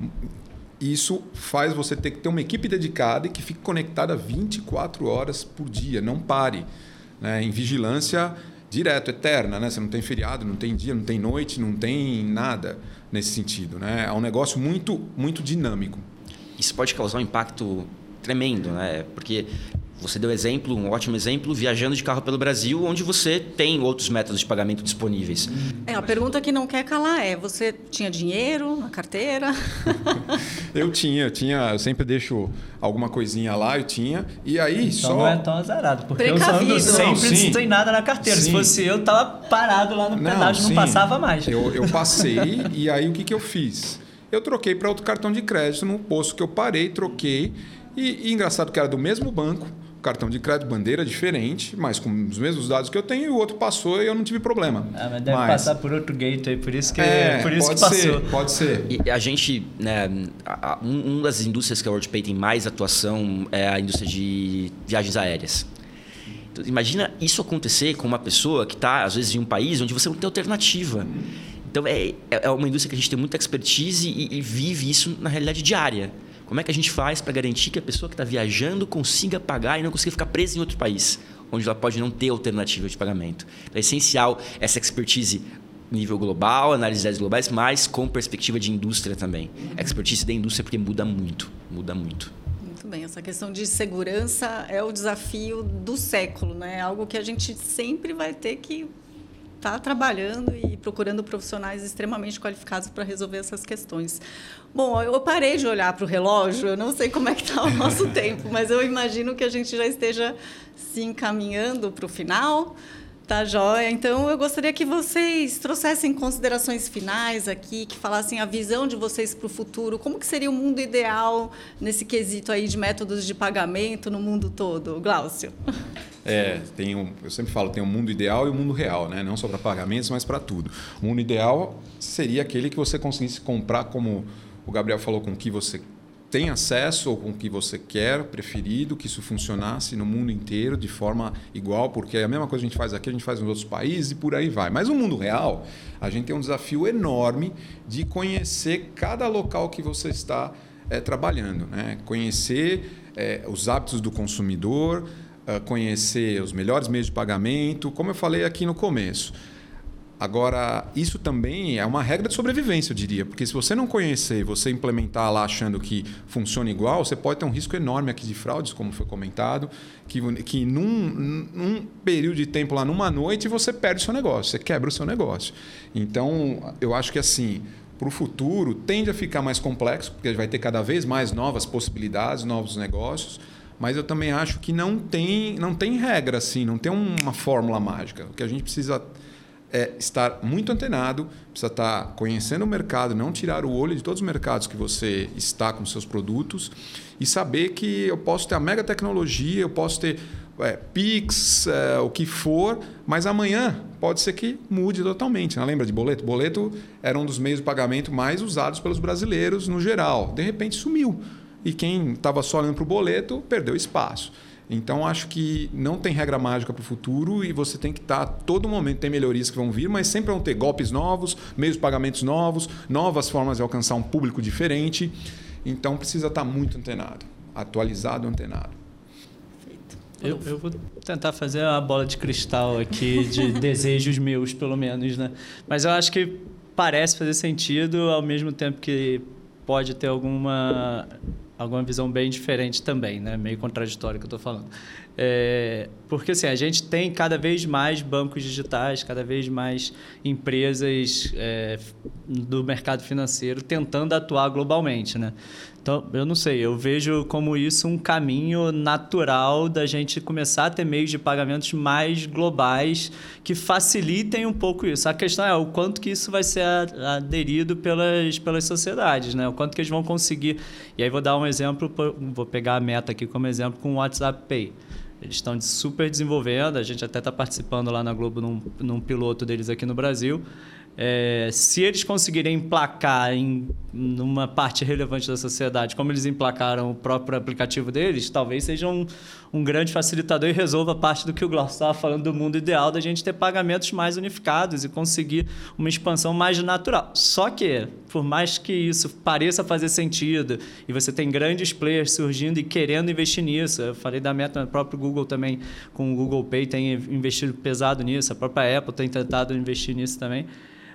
Isso faz você ter que ter uma equipe dedicada e que fique conectada vinte e quatro horas por dia, não pare, né? Em vigilância direto, eterna. Né? Você não tem feriado, não tem dia, não tem noite, não tem nada nesse sentido. Né? É um negócio muito, muito dinâmico. Isso pode causar um impacto tremendo, né? Porque você deu exemplo, um ótimo exemplo, viajando de carro pelo Brasil, onde você tem outros métodos de pagamento disponíveis. É, a pergunta que não quer calar é, você tinha dinheiro na carteira? eu tinha, eu tinha, eu sempre deixo alguma coisinha lá, eu tinha, e aí então só... não é tão azarado, porque Precavido. eu só ando sempre Não, sem nada na carteira. Sim. Se fosse eu, tava parado lá no Não, pedágio, não sim. passava mais. Eu, eu passei, e aí o que, que eu fiz? Eu troquei para outro cartão de crédito no posto que eu parei, troquei, e, e engraçado que era do mesmo banco, cartão de crédito, bandeira diferente, mas com os mesmos dados que eu tenho, e o outro passou e eu não tive problema. Ah, mas deve mas... passar por outro gateway, por isso que, é, por isso pode que passou. ser, pode ser. E a gente, né, a, a, um, uma das indústrias que a WorldPay tem mais atuação é a indústria de viagens aéreas. Então, imagina isso acontecer com uma pessoa que está, às vezes, em um país onde você não tem alternativa. Então, é, é uma indústria que a gente tem muita expertise e, e vive isso na realidade diária. Como é que a gente faz para garantir que a pessoa que está viajando consiga pagar e não consiga ficar presa em outro país, onde ela pode não ter alternativa de pagamento? Então, é essencial essa expertise nível global, análise de dados globais, mas com perspectiva de indústria também. A expertise da indústria, porque muda muito, muda muito. Muito bem, essa questão de segurança é o desafio do século, né? Algo que a gente sempre vai ter que estar trabalhando e procurando profissionais extremamente qualificados para resolver essas questões. Bom, eu parei de olhar para o relógio, eu não sei como é que está o nosso tempo, mas eu imagino que a gente já esteja se encaminhando para o final. Tá, joia? Então, eu gostaria que vocês trouxessem considerações finais aqui, que falassem a visão de vocês para o futuro. Como que seria o mundo ideal nesse quesito aí de métodos de pagamento no mundo todo? Glaucio. É, tem um, eu sempre falo, tem um mundo ideal e um mundo real, né? Não só para pagamentos, mas para tudo. O mundo ideal seria aquele que você conseguisse comprar, como o Gabriel falou, com o que você tem acesso ou com o que você quer, preferido, que isso funcionasse no mundo inteiro de forma igual, porque é a mesma coisa que a gente faz aqui, a gente faz nos outros países e por aí vai. Mas no mundo real, a gente tem um desafio enorme de conhecer cada local que você está é, trabalhando, né? Conhecer é, os hábitos do consumidor, é, conhecer os melhores meios de pagamento, como eu falei aqui no começo. Agora, isso também é uma regra de sobrevivência, eu diria, porque se você não conhecer e você implementar lá achando que funciona igual, você pode ter um risco enorme aqui de fraudes, como foi comentado, que, que num, num período de tempo lá, numa noite, você perde o seu negócio, você quebra o seu negócio. Então, eu acho que assim, para o futuro, tende a ficar mais complexo, porque vai ter cada vez mais novas possibilidades, novos negócios, mas eu também acho que não tem, não tem regra assim, não tem uma fórmula mágica. O que a gente precisa é estar muito antenado, precisa estar conhecendo o mercado, não tirar o olho de todos os mercados que você está com seus produtos e saber que eu posso ter a mega tecnologia, eu posso ter é, Pix, é, o que for, mas amanhã pode ser que mude totalmente. Não lembra de boleto? Boleto era um dos meios de pagamento mais usados pelos brasileiros no geral. De repente sumiu. E quem estava só olhando para o boleto perdeu espaço. Então, acho que não tem regra mágica para o futuro e você tem que estar a todo momento, tem melhorias que vão vir, mas sempre vão ter golpes novos, meios de pagamentos novos, novas formas de alcançar um público diferente. Então, precisa estar muito antenado, atualizado, antenado. Eu, eu vou tentar fazer uma bola de cristal aqui, de desejos meus, pelo menos, né? Mas eu acho que parece fazer sentido, ao mesmo tempo que pode ter alguma... alguma visão bem diferente também, né? Meio contraditória que eu estou falando. É, porque assim, a gente tem cada vez mais bancos digitais, cada vez mais empresas é, do mercado financeiro tentando atuar globalmente, né? Então, eu não sei, eu vejo como isso um caminho natural da gente começar a ter meios de pagamentos mais globais que facilitem um pouco isso. A questão é o quanto que isso vai ser aderido pelas, pelas sociedades, né? O quanto que eles vão conseguir. E aí vou dar um exemplo, vou pegar a Meta aqui como exemplo com o WhatsApp Pay. Eles estão super desenvolvendo, a gente até está participando lá na Globo num, num piloto deles aqui no Brasil. É, se eles conseguirem emplacar em uma parte relevante da sociedade, como eles emplacaram o próprio aplicativo deles, talvez seja um, um grande facilitador e resolva parte do que o Glaucio estava falando do mundo ideal, da gente ter pagamentos mais unificados e conseguir uma expansão mais natural. Só que, por mais que isso pareça fazer sentido, e você tem grandes players surgindo e querendo investir nisso, eu falei da Meta, o próprio Google também, com o Google Pay, tem investido pesado nisso, a própria Apple tem tentado investir nisso também.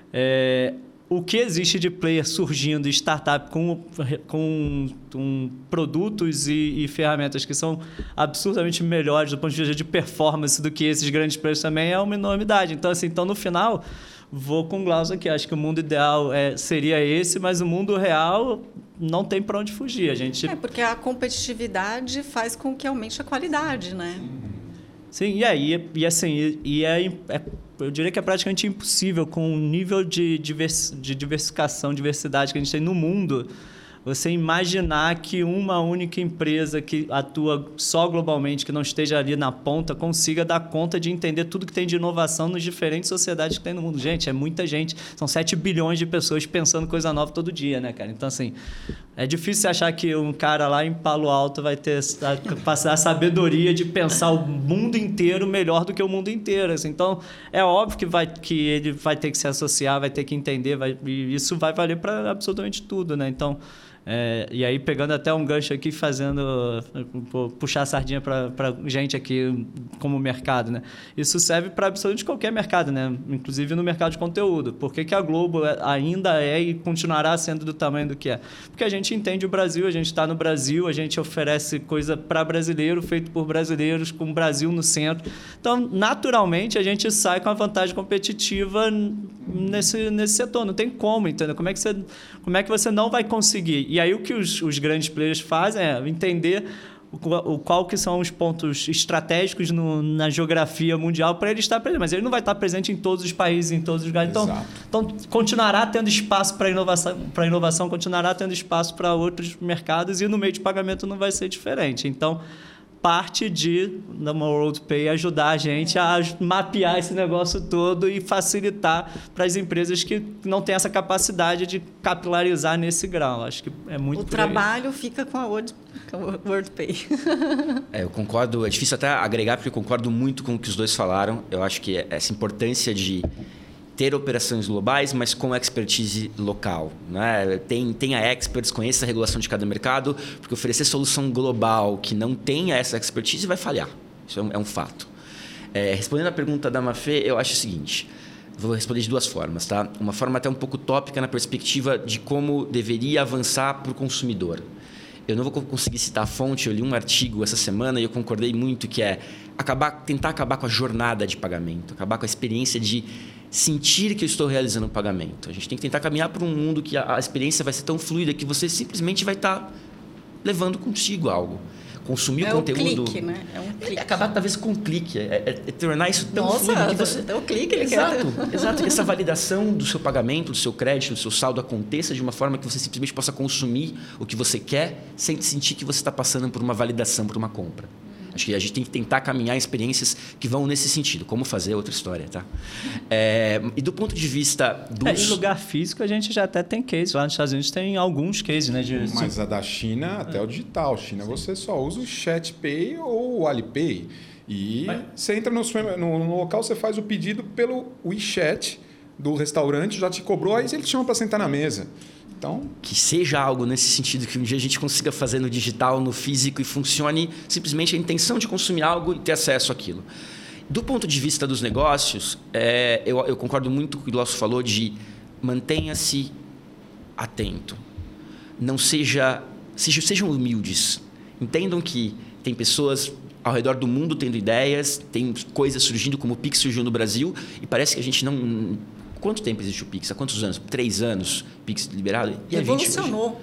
É, o que existe de player surgindo, startup com, com, com produtos e, e ferramentas que são absurdamente melhores do ponto de vista de performance do que esses grandes players também é uma enormidade. Então, assim, então no final, vou com o Glaucio aqui. Acho que o mundo ideal é, seria esse, mas o mundo real não tem para onde fugir. A gente... É, porque a competitividade faz com que aumente a qualidade, né? Sim, e aí, e assim, e, e é, é, eu diria que é praticamente impossível, com o nível de, divers, de diversificação, diversidade que a gente tem no mundo, você imaginar que uma única empresa que atua só globalmente, que não esteja ali na ponta, consiga dar conta de entender tudo que tem de inovação nas diferentes sociedades que tem no mundo. Gente, é muita gente. São sete bilhões de pessoas pensando coisa nova todo dia, né, cara? Então, assim, é difícil achar que um cara lá em Palo Alto vai ter passar a sabedoria de pensar o mundo inteiro melhor do que o mundo inteiro. Assim. Então, é óbvio que, vai, que ele vai ter que se associar, vai ter que entender, vai, e isso vai valer para absolutamente tudo, né? Então... É, e aí, pegando até um gancho aqui, fazendo puxar a sardinha para a gente aqui como mercado, né? Isso serve para absolutamente qualquer mercado, né? Inclusive no mercado de conteúdo. Por que que a Globo ainda é e continuará sendo do tamanho do que é? Porque a gente entende o Brasil, a gente está no Brasil, a gente oferece coisa para brasileiro, feito por brasileiros, com o Brasil no centro. Então, naturalmente, a gente sai com a vantagem competitiva nesse, nesse setor. Não tem como, entendeu? Como é que você, como é que você não vai conseguir? E aí o que os, os grandes players fazem é entender o, o, qual que são os pontos estratégicos no, na geografia mundial para ele estar presente. Mas ele não vai estar presente em todos os países, em todos os lugares. Então, então continuará tendo espaço para inovação, para inovação, continuará tendo espaço para outros mercados e no meio de pagamento não vai ser diferente. Então, parte de uma WorldPay ajudar a gente a mapear esse negócio todo e facilitar para as empresas que não têm essa capacidade de capilarizar nesse grau. Acho que é muito... O trabalho fica com a WorldPay. É, eu concordo. É difícil até agregar, porque eu concordo muito com o que os dois falaram. Eu acho que essa importância de ter operações globais, mas com expertise local. Né? Tem, tenha experts, conheça a regulação de cada mercado, porque oferecer solução global que não tenha essa expertise vai falhar. Isso é um, é um fato. É, respondendo à pergunta da Mafê, eu acho o seguinte, vou responder de duas formas. Tá? Uma forma até um pouco tópica na perspectiva de como deveria avançar para o consumidor. Eu não vou conseguir citar a fonte, eu li um artigo essa semana e eu concordei muito que é acabar, tentar acabar com a jornada de pagamento, acabar com a experiência de sentir que eu estou realizando um pagamento. A gente tem que tentar caminhar para um mundo que a, a experiência vai ser tão fluida que você simplesmente vai estar levando consigo algo. Consumir é o conteúdo... É um clique, né? É um clique. É acabar talvez com um clique. É, é, é tornar isso tão Nossa, fluido que você... é um clique. Ele exato, quer... exato. Que essa validação do seu pagamento, do seu crédito, do seu saldo aconteça de uma forma que você simplesmente possa consumir o que você quer sem sentir que você está passando por uma validação, por uma compra. Acho que a gente tem que tentar caminhar experiências que vão nesse sentido. Como fazer é outra história, tá? É, e do ponto de vista dos... É, em lugar físico, a gente já até tem case. Lá nos Estados Unidos tem alguns cases, né? De... Mas a da China, até é. o digital. China, sim. Você só usa o ChatPay ou o Alipay. E Mas... você entra no, no, no local, você faz o pedido pelo WeChat do restaurante, já te cobrou, aí ele te chama para sentar na mesa. Então, que seja algo nesse sentido, que um dia a gente consiga fazer no digital, no físico e funcione simplesmente a intenção de consumir algo e ter acesso àquilo. Do ponto de vista dos negócios, é, eu, eu concordo muito com o que o Glaucio falou de mantenha-se atento. Não seja, seja... Sejam humildes. Entendam que tem pessoas ao redor do mundo tendo ideias, tem coisas surgindo como o Pix surgiu no Brasil e parece que a gente não... Quanto tempo existe o Pix? Há quantos anos? Três anos, Pix liberado? E Evolucionou.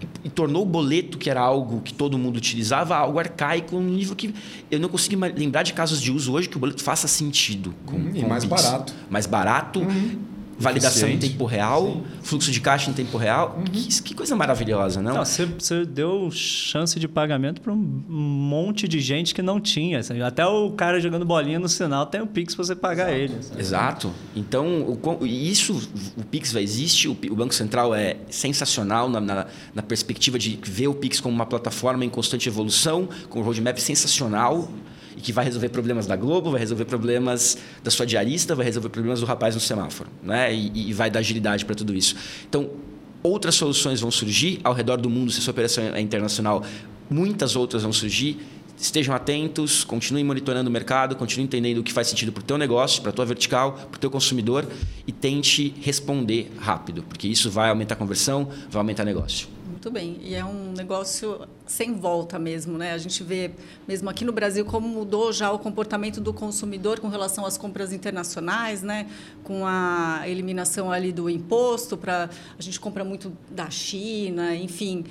e tornou o boleto, que era algo que todo mundo utilizava, algo arcaico, um nível que eu não consigo lembrar de casos de uso hoje que o boleto faça sentido. Com, hum, com e mais Pix. barato. Mais barato, uhum. Validação em tempo real, sim. Fluxo de caixa em tempo real. Uhum. Que, que coisa maravilhosa, não? Não, você, você deu chance de pagamento para um monte de gente que não tinha. Até o cara jogando bolinha no sinal tem o Pix para você pagar Exato. ele. Sabe? Exato. Então, o, isso, o Pix vai existir, o, o Banco Central é sensacional na, na, na perspectiva de ver o Pix como uma plataforma em constante evolução, com um roadmap sensacional, e que vai resolver problemas da Globo, vai resolver problemas da sua diarista, vai resolver problemas do rapaz no semáforo, né? E, e vai dar agilidade para tudo isso. Então, outras soluções vão surgir ao redor do mundo, se a sua operação é internacional, muitas outras vão surgir. Estejam atentos, continuem monitorando o mercado, continuem entendendo o que faz sentido para o teu negócio, para a tua vertical, para o teu consumidor e tente responder rápido, porque isso vai aumentar a conversão, vai aumentar o negócio. Muito bem. E é um negócio sem volta mesmo, né? A gente vê, mesmo aqui no Brasil, como mudou já o comportamento do consumidor com relação às compras internacionais, né? Com a eliminação ali do imposto, para a gente compra muito da China, enfim.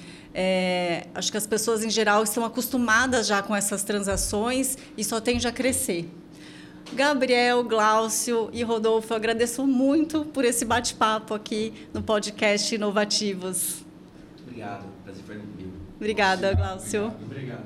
É, acho que as pessoas, em geral, estão acostumadas já com essas transações e só tende a crescer. Gabriel, Glaucio e Rodolfo, eu agradeço muito por esse bate-papo aqui no podcast Inovativos. Obrigado, prazer foi comigo. Obrigada, Glaucio. Obrigado, obrigado.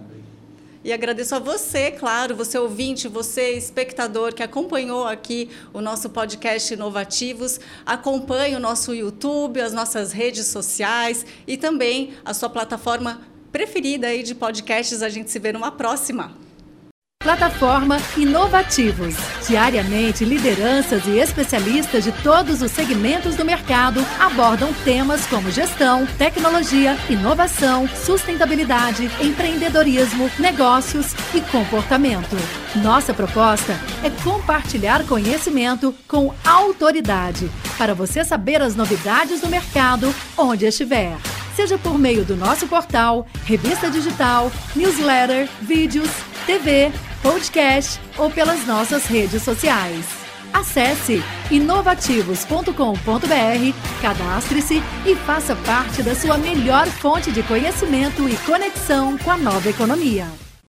E agradeço a você, claro, você ouvinte, você espectador que acompanhou aqui o nosso podcast Inovativos. Acompanhe o nosso YouTube, as nossas redes sociais e também a sua plataforma preferida aí de podcasts. A gente se vê numa próxima. Plataforma Inovativos. Diariamente, lideranças e especialistas de todos os segmentos do mercado abordam temas como gestão, tecnologia, inovação, sustentabilidade, empreendedorismo, negócios e comportamento. Nossa proposta é compartilhar conhecimento com autoridade, para você saber as novidades do mercado onde estiver. Seja por meio do nosso portal, revista digital, newsletter, vídeos, T V, podcast ou pelas nossas redes sociais. Acesse inovativos ponto com ponto br, cadastre-se e faça parte da sua melhor fonte de conhecimento e conexão com a nova economia.